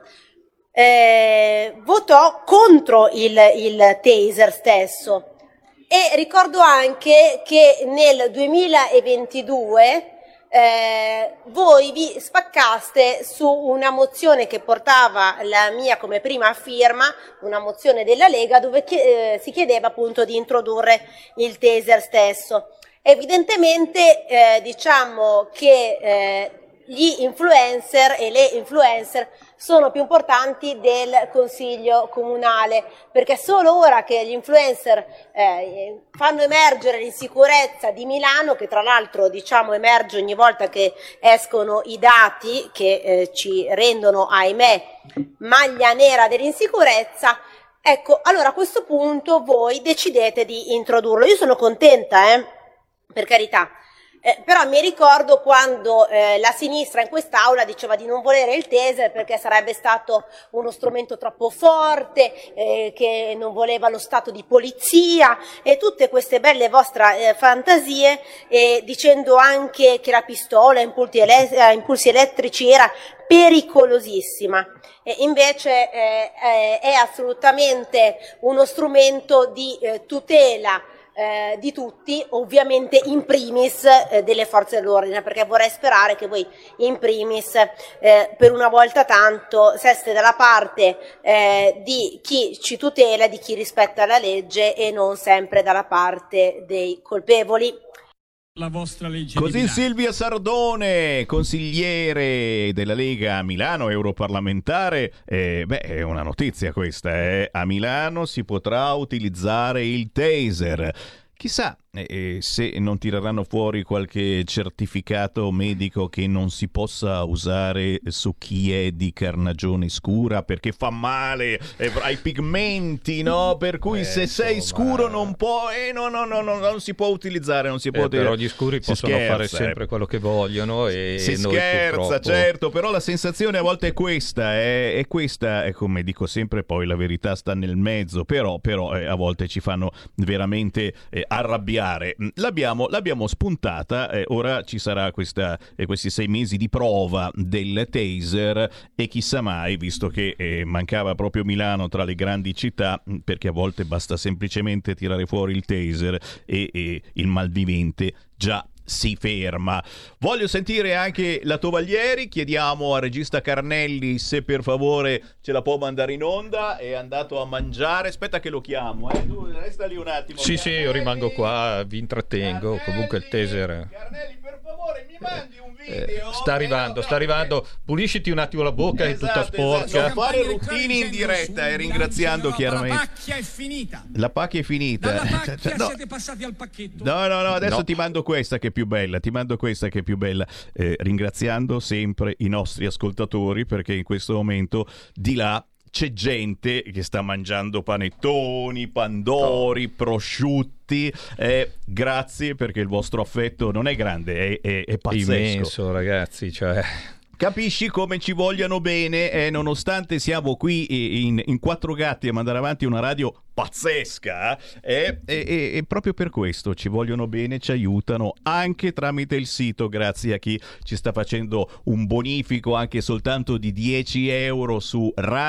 votò contro il taser stesso. E ricordo anche che nel 2022 voi vi spaccaste su una mozione che portava la mia come prima firma, una mozione della Lega, dove si chiedeva appunto di introdurre il taser stesso. Evidentemente diciamo che gli influencer e le influencer sono più importanti del Consiglio Comunale, perché solo ora che gli influencer fanno emergere l'insicurezza di Milano, che tra l'altro diciamo emerge ogni volta che escono i dati che ci rendono, ahimè, maglia nera dell'insicurezza, ecco, allora a questo punto voi decidete di introdurlo. Io sono contenta, per carità. Però mi ricordo quando la sinistra in quest'aula diceva di non volere il taser perché sarebbe stato uno strumento troppo forte, che non voleva lo stato di polizia e tutte queste belle vostre fantasie, dicendo anche che la pistola a impulsi elettrici era pericolosissima. Invece è assolutamente uno strumento di tutela di tutti, ovviamente in primis delle forze dell'ordine, perché vorrei sperare che voi in primis per una volta tanto siate dalla parte di chi ci tutela, di chi rispetta la legge, e non sempre dalla parte dei colpevoli. La vostra legge Così Silvia Sardone, consigliere della Lega a Milano, europarlamentare. È una notizia questa, a Milano si potrà utilizzare il taser. Chissà se non tireranno fuori qualche certificato medico che non si possa usare su chi è di carnagione scura perché fa male ai pigmenti, no? Per cui se sei scuro non puoi, non si può utilizzare, non si può però gli scuri possono fare sempre quello che vogliono e si noi scherza, purtroppo... certo, però la sensazione a volte è questa, è come dico sempre, poi la verità sta nel mezzo, però a volte ci fanno veramente arrabbiare. L'abbiamo spuntata, ora ci sarà questi 6 mesi di prova del taser, e chissà mai, visto che mancava proprio Milano tra le grandi città, perché a volte basta semplicemente tirare fuori il taser e il malvivente già si ferma. Voglio sentire anche la Tovaglieri, chiediamo al regista Carnelli se per favore ce la può mandare in onda. È andato a mangiare, aspetta che lo chiamo, tu resta lì un attimo. Sì, io rimango qua, vi intrattengo. Comunque il taser Carnelli, per favore, mi mandi un video. Sta arrivando. Pulisciti un attimo la bocca, è tutta sporca. Non fare routine in diretta, e ringraziando chiaramente. La pacchia è finita. Dalla pacchia siete passati al pacchetto. No, adesso ti mando questa che è più bella. Ringraziando sempre i nostri ascoltatori, perché in questo momento di là c'è gente che sta mangiando panettoni, pandori, prosciutti. Grazie, perché il vostro affetto non è grande, è pazzesco. Immenso, ragazzi, cioè... Capisci come ci vogliano bene, nonostante siamo qui in quattro gatti a mandare avanti una radio pazzesca, e proprio per questo ci vogliono bene, ci aiutano anche tramite il sito, grazie a chi ci sta facendo un bonifico anche soltanto di 10 euro su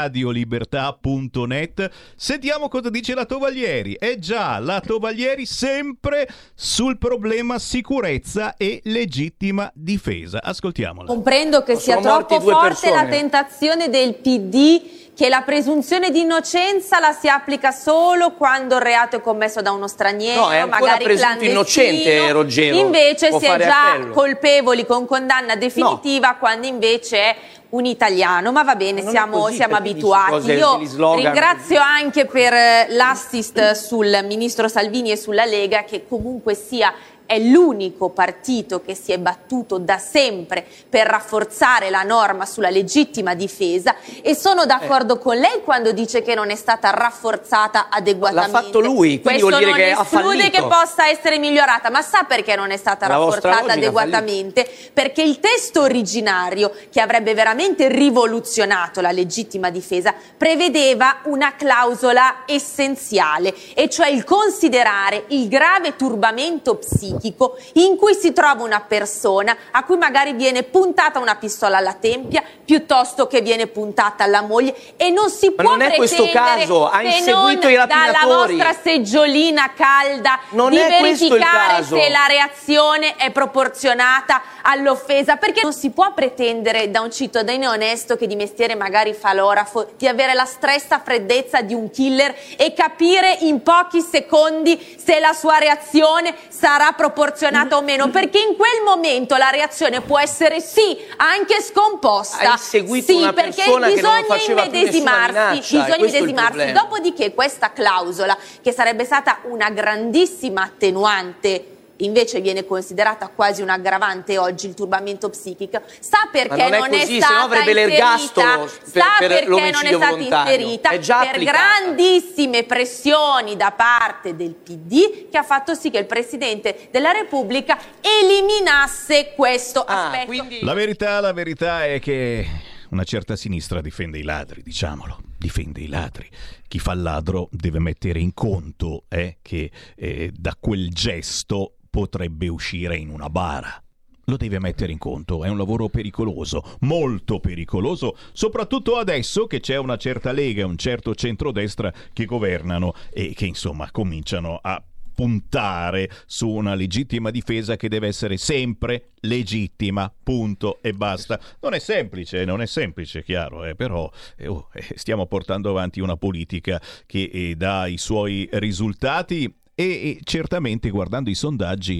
radiolibertà.net. Sentiamo cosa dice la Tovaglieri. Già, la Tovaglieri sempre sul problema sicurezza e legittima difesa. Ascoltiamola. Comprendo che sia troppo forte la tentazione del PD che la presunzione di innocenza la si applica solo quando il reato è commesso da uno straniero, no, è ancora magari presunto innocente, Ruggero. Invece può si è fare già appello. colpevoli con condanna definitiva, quando invece è un italiano. Ma va bene, siamo abituati. Io ringrazio anche per l'assist sul ministro Salvini e sulla Lega, che comunque sia è l'unico partito che si è battuto da sempre per rafforzare la norma sulla legittima difesa, e sono d'accordo con lei quando dice che non è stata rafforzata adeguatamente. L'ha fatto lui, quindi questo vuol dire che ha non esclude fallito. che possa essere migliorata, ma sa perché non è stata rafforzata adeguatamente? Perché il testo originario, che avrebbe veramente rivoluzionato la legittima difesa, prevedeva una clausola essenziale, e cioè il considerare il grave turbamento psichico in cui si trova una persona a cui magari viene puntata una pistola alla tempia piuttosto che viene puntata alla moglie, e non si può non è questo caso, ha inseguito i rapinatori. Dalla vostra seggiolina calda non di è questo il verificare caso. se la reazione è proporzionata all'offesa, perché non si può pretendere da un cittadino onesto che di mestiere magari fa l'orafo di avere la stessa freddezza di un killer e capire in pochi secondi se la sua reazione sarà proporzionata o meno, perché in quel momento la reazione può essere sì anche scomposta. Hai seguito una persona che non faceva più nessuna minaccia, bisogna questo è il immedesimarsi. problema. Dopodiché questa clausola, che sarebbe stata una grandissima attenuante, invece viene considerata quasi un aggravante oggi, il turbamento psichico. Sa perché non è così, se no stata avrebbe l'ergastolo sa per perché non è l'omicidio stata volontario. inserita? È già Per applicata. grandissime pressioni da parte del PD, che ha fatto sì che il Presidente della Repubblica eliminasse questo aspetto. La verità è che una certa sinistra difende i ladri, diciamolo, difende i ladri. Chi fa il ladro deve mettere in conto che da quel gesto potrebbe uscire in una bara. Lo deve mettere in conto, è un lavoro pericoloso, molto pericoloso, soprattutto adesso che c'è una certa Lega e un certo centrodestra che governano e che insomma cominciano a puntare su una legittima difesa che deve essere sempre legittima, punto e basta. Non è semplice, chiaro, però stiamo portando avanti una politica che dà i suoi risultati e certamente, guardando i sondaggi,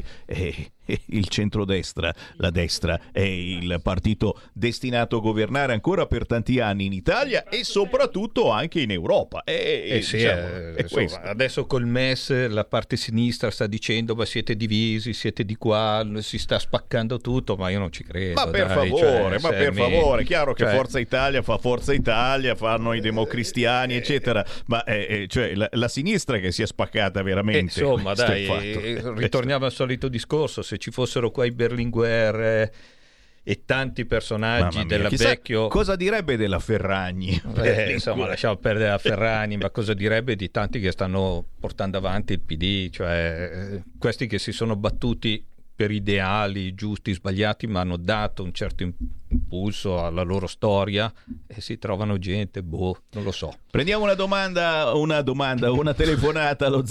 il centrodestra, la destra, è il partito destinato a governare ancora per tanti anni in Italia e soprattutto anche in Europa. Questo. Adesso col MES la parte sinistra sta dicendo ma siete divisi, siete di qua, si sta spaccando tutto, ma io non ci credo. Ma per favore, chiaro che Forza Italia fa Forza Italia, fanno i democristiani, eccetera, ma cioè la sinistra che si è spaccata veramente. Insomma, dai, ritorniamo al solito discorso. Se ci fossero qua i Berlinguer e tanti personaggi del vecchio, cosa direbbe della Ferragni? Insomma, lasciamo perdere la Ferragni, ma cosa direbbe di tanti che stanno portando avanti il PD, cioè questi che si sono battuti per ideali giusti, sbagliati, ma hanno dato un certo impulso alla loro storia e si trovano gente, non lo so. Prendiamo una telefonata allo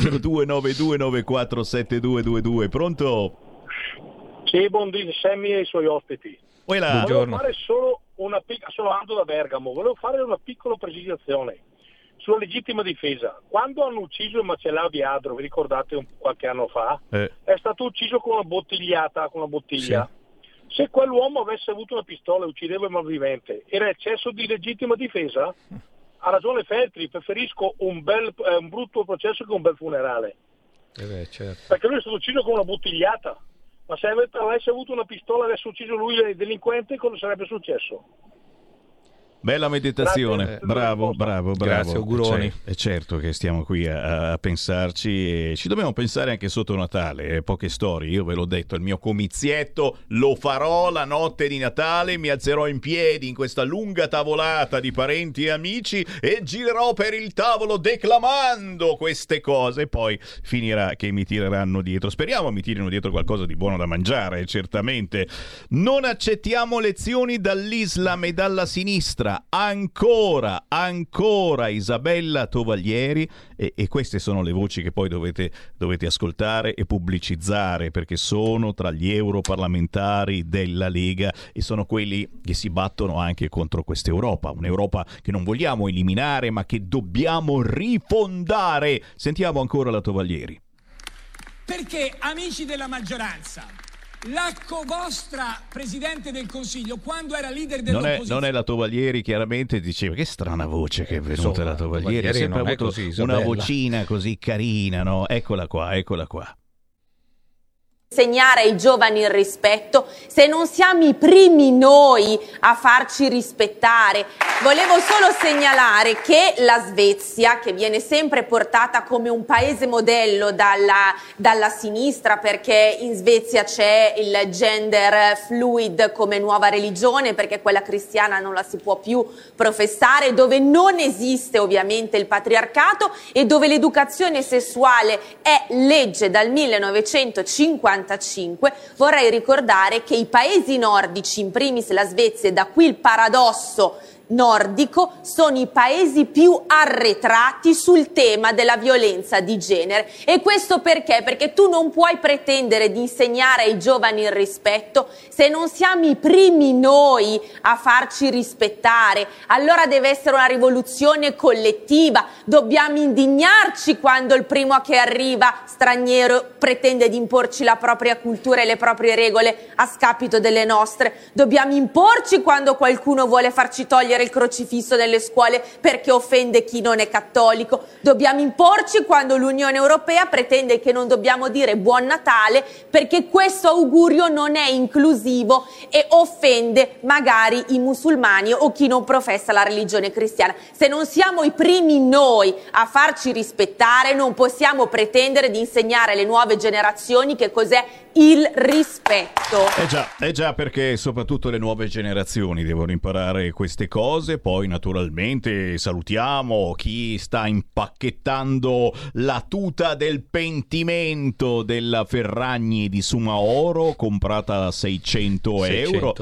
0292947222. Pronto? Sì, buondì, Sammy e i suoi ospiti. Buongiorno. Volevo fare solo Aldo da Bergamo, volevo fare una piccola precisazione sulla legittima difesa. Quando hanno ucciso il macellaio di Adro, vi ricordate qualche anno fa, è stato ucciso con una bottiglia. Sì. Se quell'uomo avesse avuto una pistola e uccideva il malvivente, era eccesso di legittima difesa? Ha ragione Feltri, preferisco un brutto processo che un bel funerale. Certo. Perché lui è stato ucciso con una bottigliata. Ma se avesse avuto una pistola e avesse ucciso lui il delinquente, cosa sarebbe successo? Bella meditazione, bravo. Grazie, auguroni. È certo che stiamo qui a pensarci, e ci dobbiamo pensare anche sotto Natale. Poche storie, io ve l'ho detto, il mio comizietto lo farò la notte di Natale, mi alzerò in piedi in questa lunga tavolata di parenti e amici e girerò per il tavolo declamando queste cose, poi finirà che mi tireranno dietro. Speriamo mi tirino dietro qualcosa di buono da mangiare, certamente. Non accettiamo lezioni dall'Islam e dalla sinistra. Ancora Isabella Tovaglieri, e queste sono le voci che poi dovete ascoltare e pubblicizzare, perché sono tra gli europarlamentari della Lega e sono quelli che si battono anche contro questa Europa, un'Europa che non vogliamo eliminare ma che dobbiamo rifondare. Sentiamo ancora la Tovaglieri. Perché, amici della maggioranza, la vostra Presidente del Consiglio, quando era leader dell'opposizione... Non è la Tovaglieri, chiaramente, diceva che strana voce che è venuta la Tovaglieri, sempre non avuto è così, una vocina così carina, no? Eccola qua. Insegnare ai giovani il rispetto, se non siamo i primi noi a farci rispettare. Volevo solo segnalare che la Svezia, che viene sempre portata come un paese modello dalla sinistra, perché in Svezia c'è il gender fluid come nuova religione, perché quella cristiana non la si può più professare, dove non esiste ovviamente il patriarcato e dove l'educazione sessuale è legge dal 1950. Vorrei ricordare che i paesi nordici, in primis la Svezia, e da qui il paradosso nordico, sono i paesi più arretrati sul tema della violenza di genere. E questo perché? Perché tu non puoi pretendere di insegnare ai giovani il rispetto se non siamo i primi noi a farci rispettare. Allora deve essere una rivoluzione collettiva, dobbiamo indignarci quando il primo che arriva straniero pretende di imporci la propria cultura e le proprie regole a scapito delle nostre, dobbiamo imporci quando qualcuno vuole farci togliere il crocifisso nelle scuole perché offende chi non è cattolico, dobbiamo imporci quando l'Unione Europea pretende che non dobbiamo dire Buon Natale perché questo augurio non è inclusivo e offende magari i musulmani o chi non professa la religione cristiana. Se non siamo i primi noi a farci rispettare, non possiamo pretendere di insegnare alle nuove generazioni che cos'è il rispetto. Già, perché soprattutto le nuove generazioni devono imparare queste cose. Poi naturalmente salutiamo chi sta impacchettando la tuta del pentimento della Ferragni di Sumaoro, comprata a 600 euro.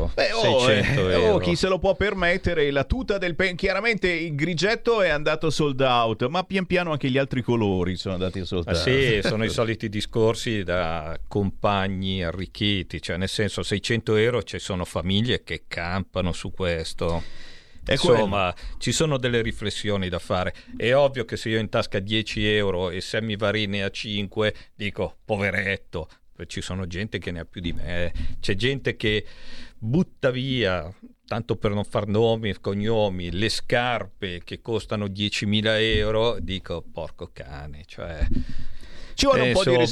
600 euro. Chi se lo può permettere, la tuta del chiaramente il grigetto è andato sold out, ma pian piano anche gli altri colori sono andati sold out. Sì, sono i soliti discorsi da compagni arricchiti, cioè nel senso 600 euro, ci sono famiglie che campano su questo. Insomma, ci sono delle riflessioni da fare. È ovvio che se io ho in tasca 10 euro e Sammy Varin ne ha 5, dico poveretto. Ci sono gente che ne ha più di me, c'è gente che butta via, tanto per non far nomi e cognomi, le scarpe che costano 10.000 euro, dico porco cane, cioè... Ci vuole un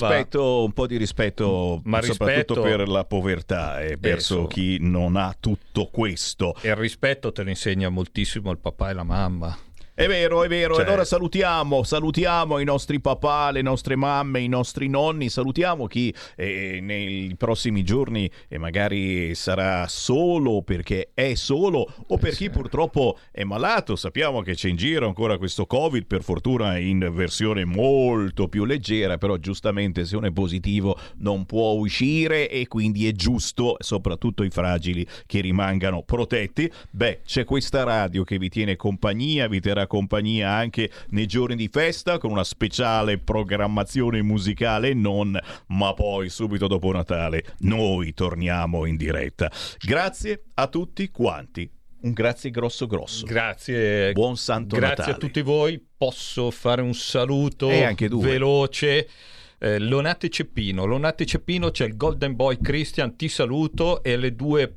po' di rispetto, ma soprattutto per la povertà e verso chi non ha tutto questo. E il rispetto te lo insegna moltissimo il papà e la mamma. È vero. Cioè... Allora salutiamo i nostri papà, le nostre mamme, i nostri nonni, salutiamo chi nei prossimi giorni magari sarà solo perché è solo o per chi purtroppo è malato. Sappiamo che c'è in giro ancora questo Covid, per fortuna in versione molto più leggera, però giustamente se uno è positivo non può uscire e quindi è giusto, soprattutto i fragili, che rimangano protetti. C'è questa radio che vi tiene compagnia, vi terrà compagnia anche nei giorni di festa con una speciale programmazione musicale ma poi subito dopo Natale noi torniamo in diretta. Grazie a tutti quanti, un grazie grosso. Grazie. Buon Santo Natale. Grazie a tutti voi. Posso fare un saluto anche veloce? Lonate Ceppino, c'è il Golden Boy Christian, ti saluto, e le due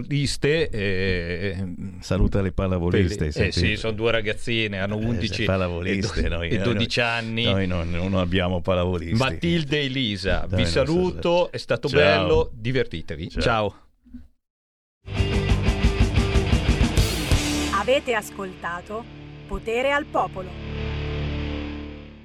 pallavoliste. Saluta le pallavoliste. Sì, sono due ragazzine, hanno 11 e 12 anni. Noi non abbiamo pallavoliste. Matilde e Elisa, vi saluto, è stato bello, divertitevi. Ciao. Avete ascoltato Potere al Popolo.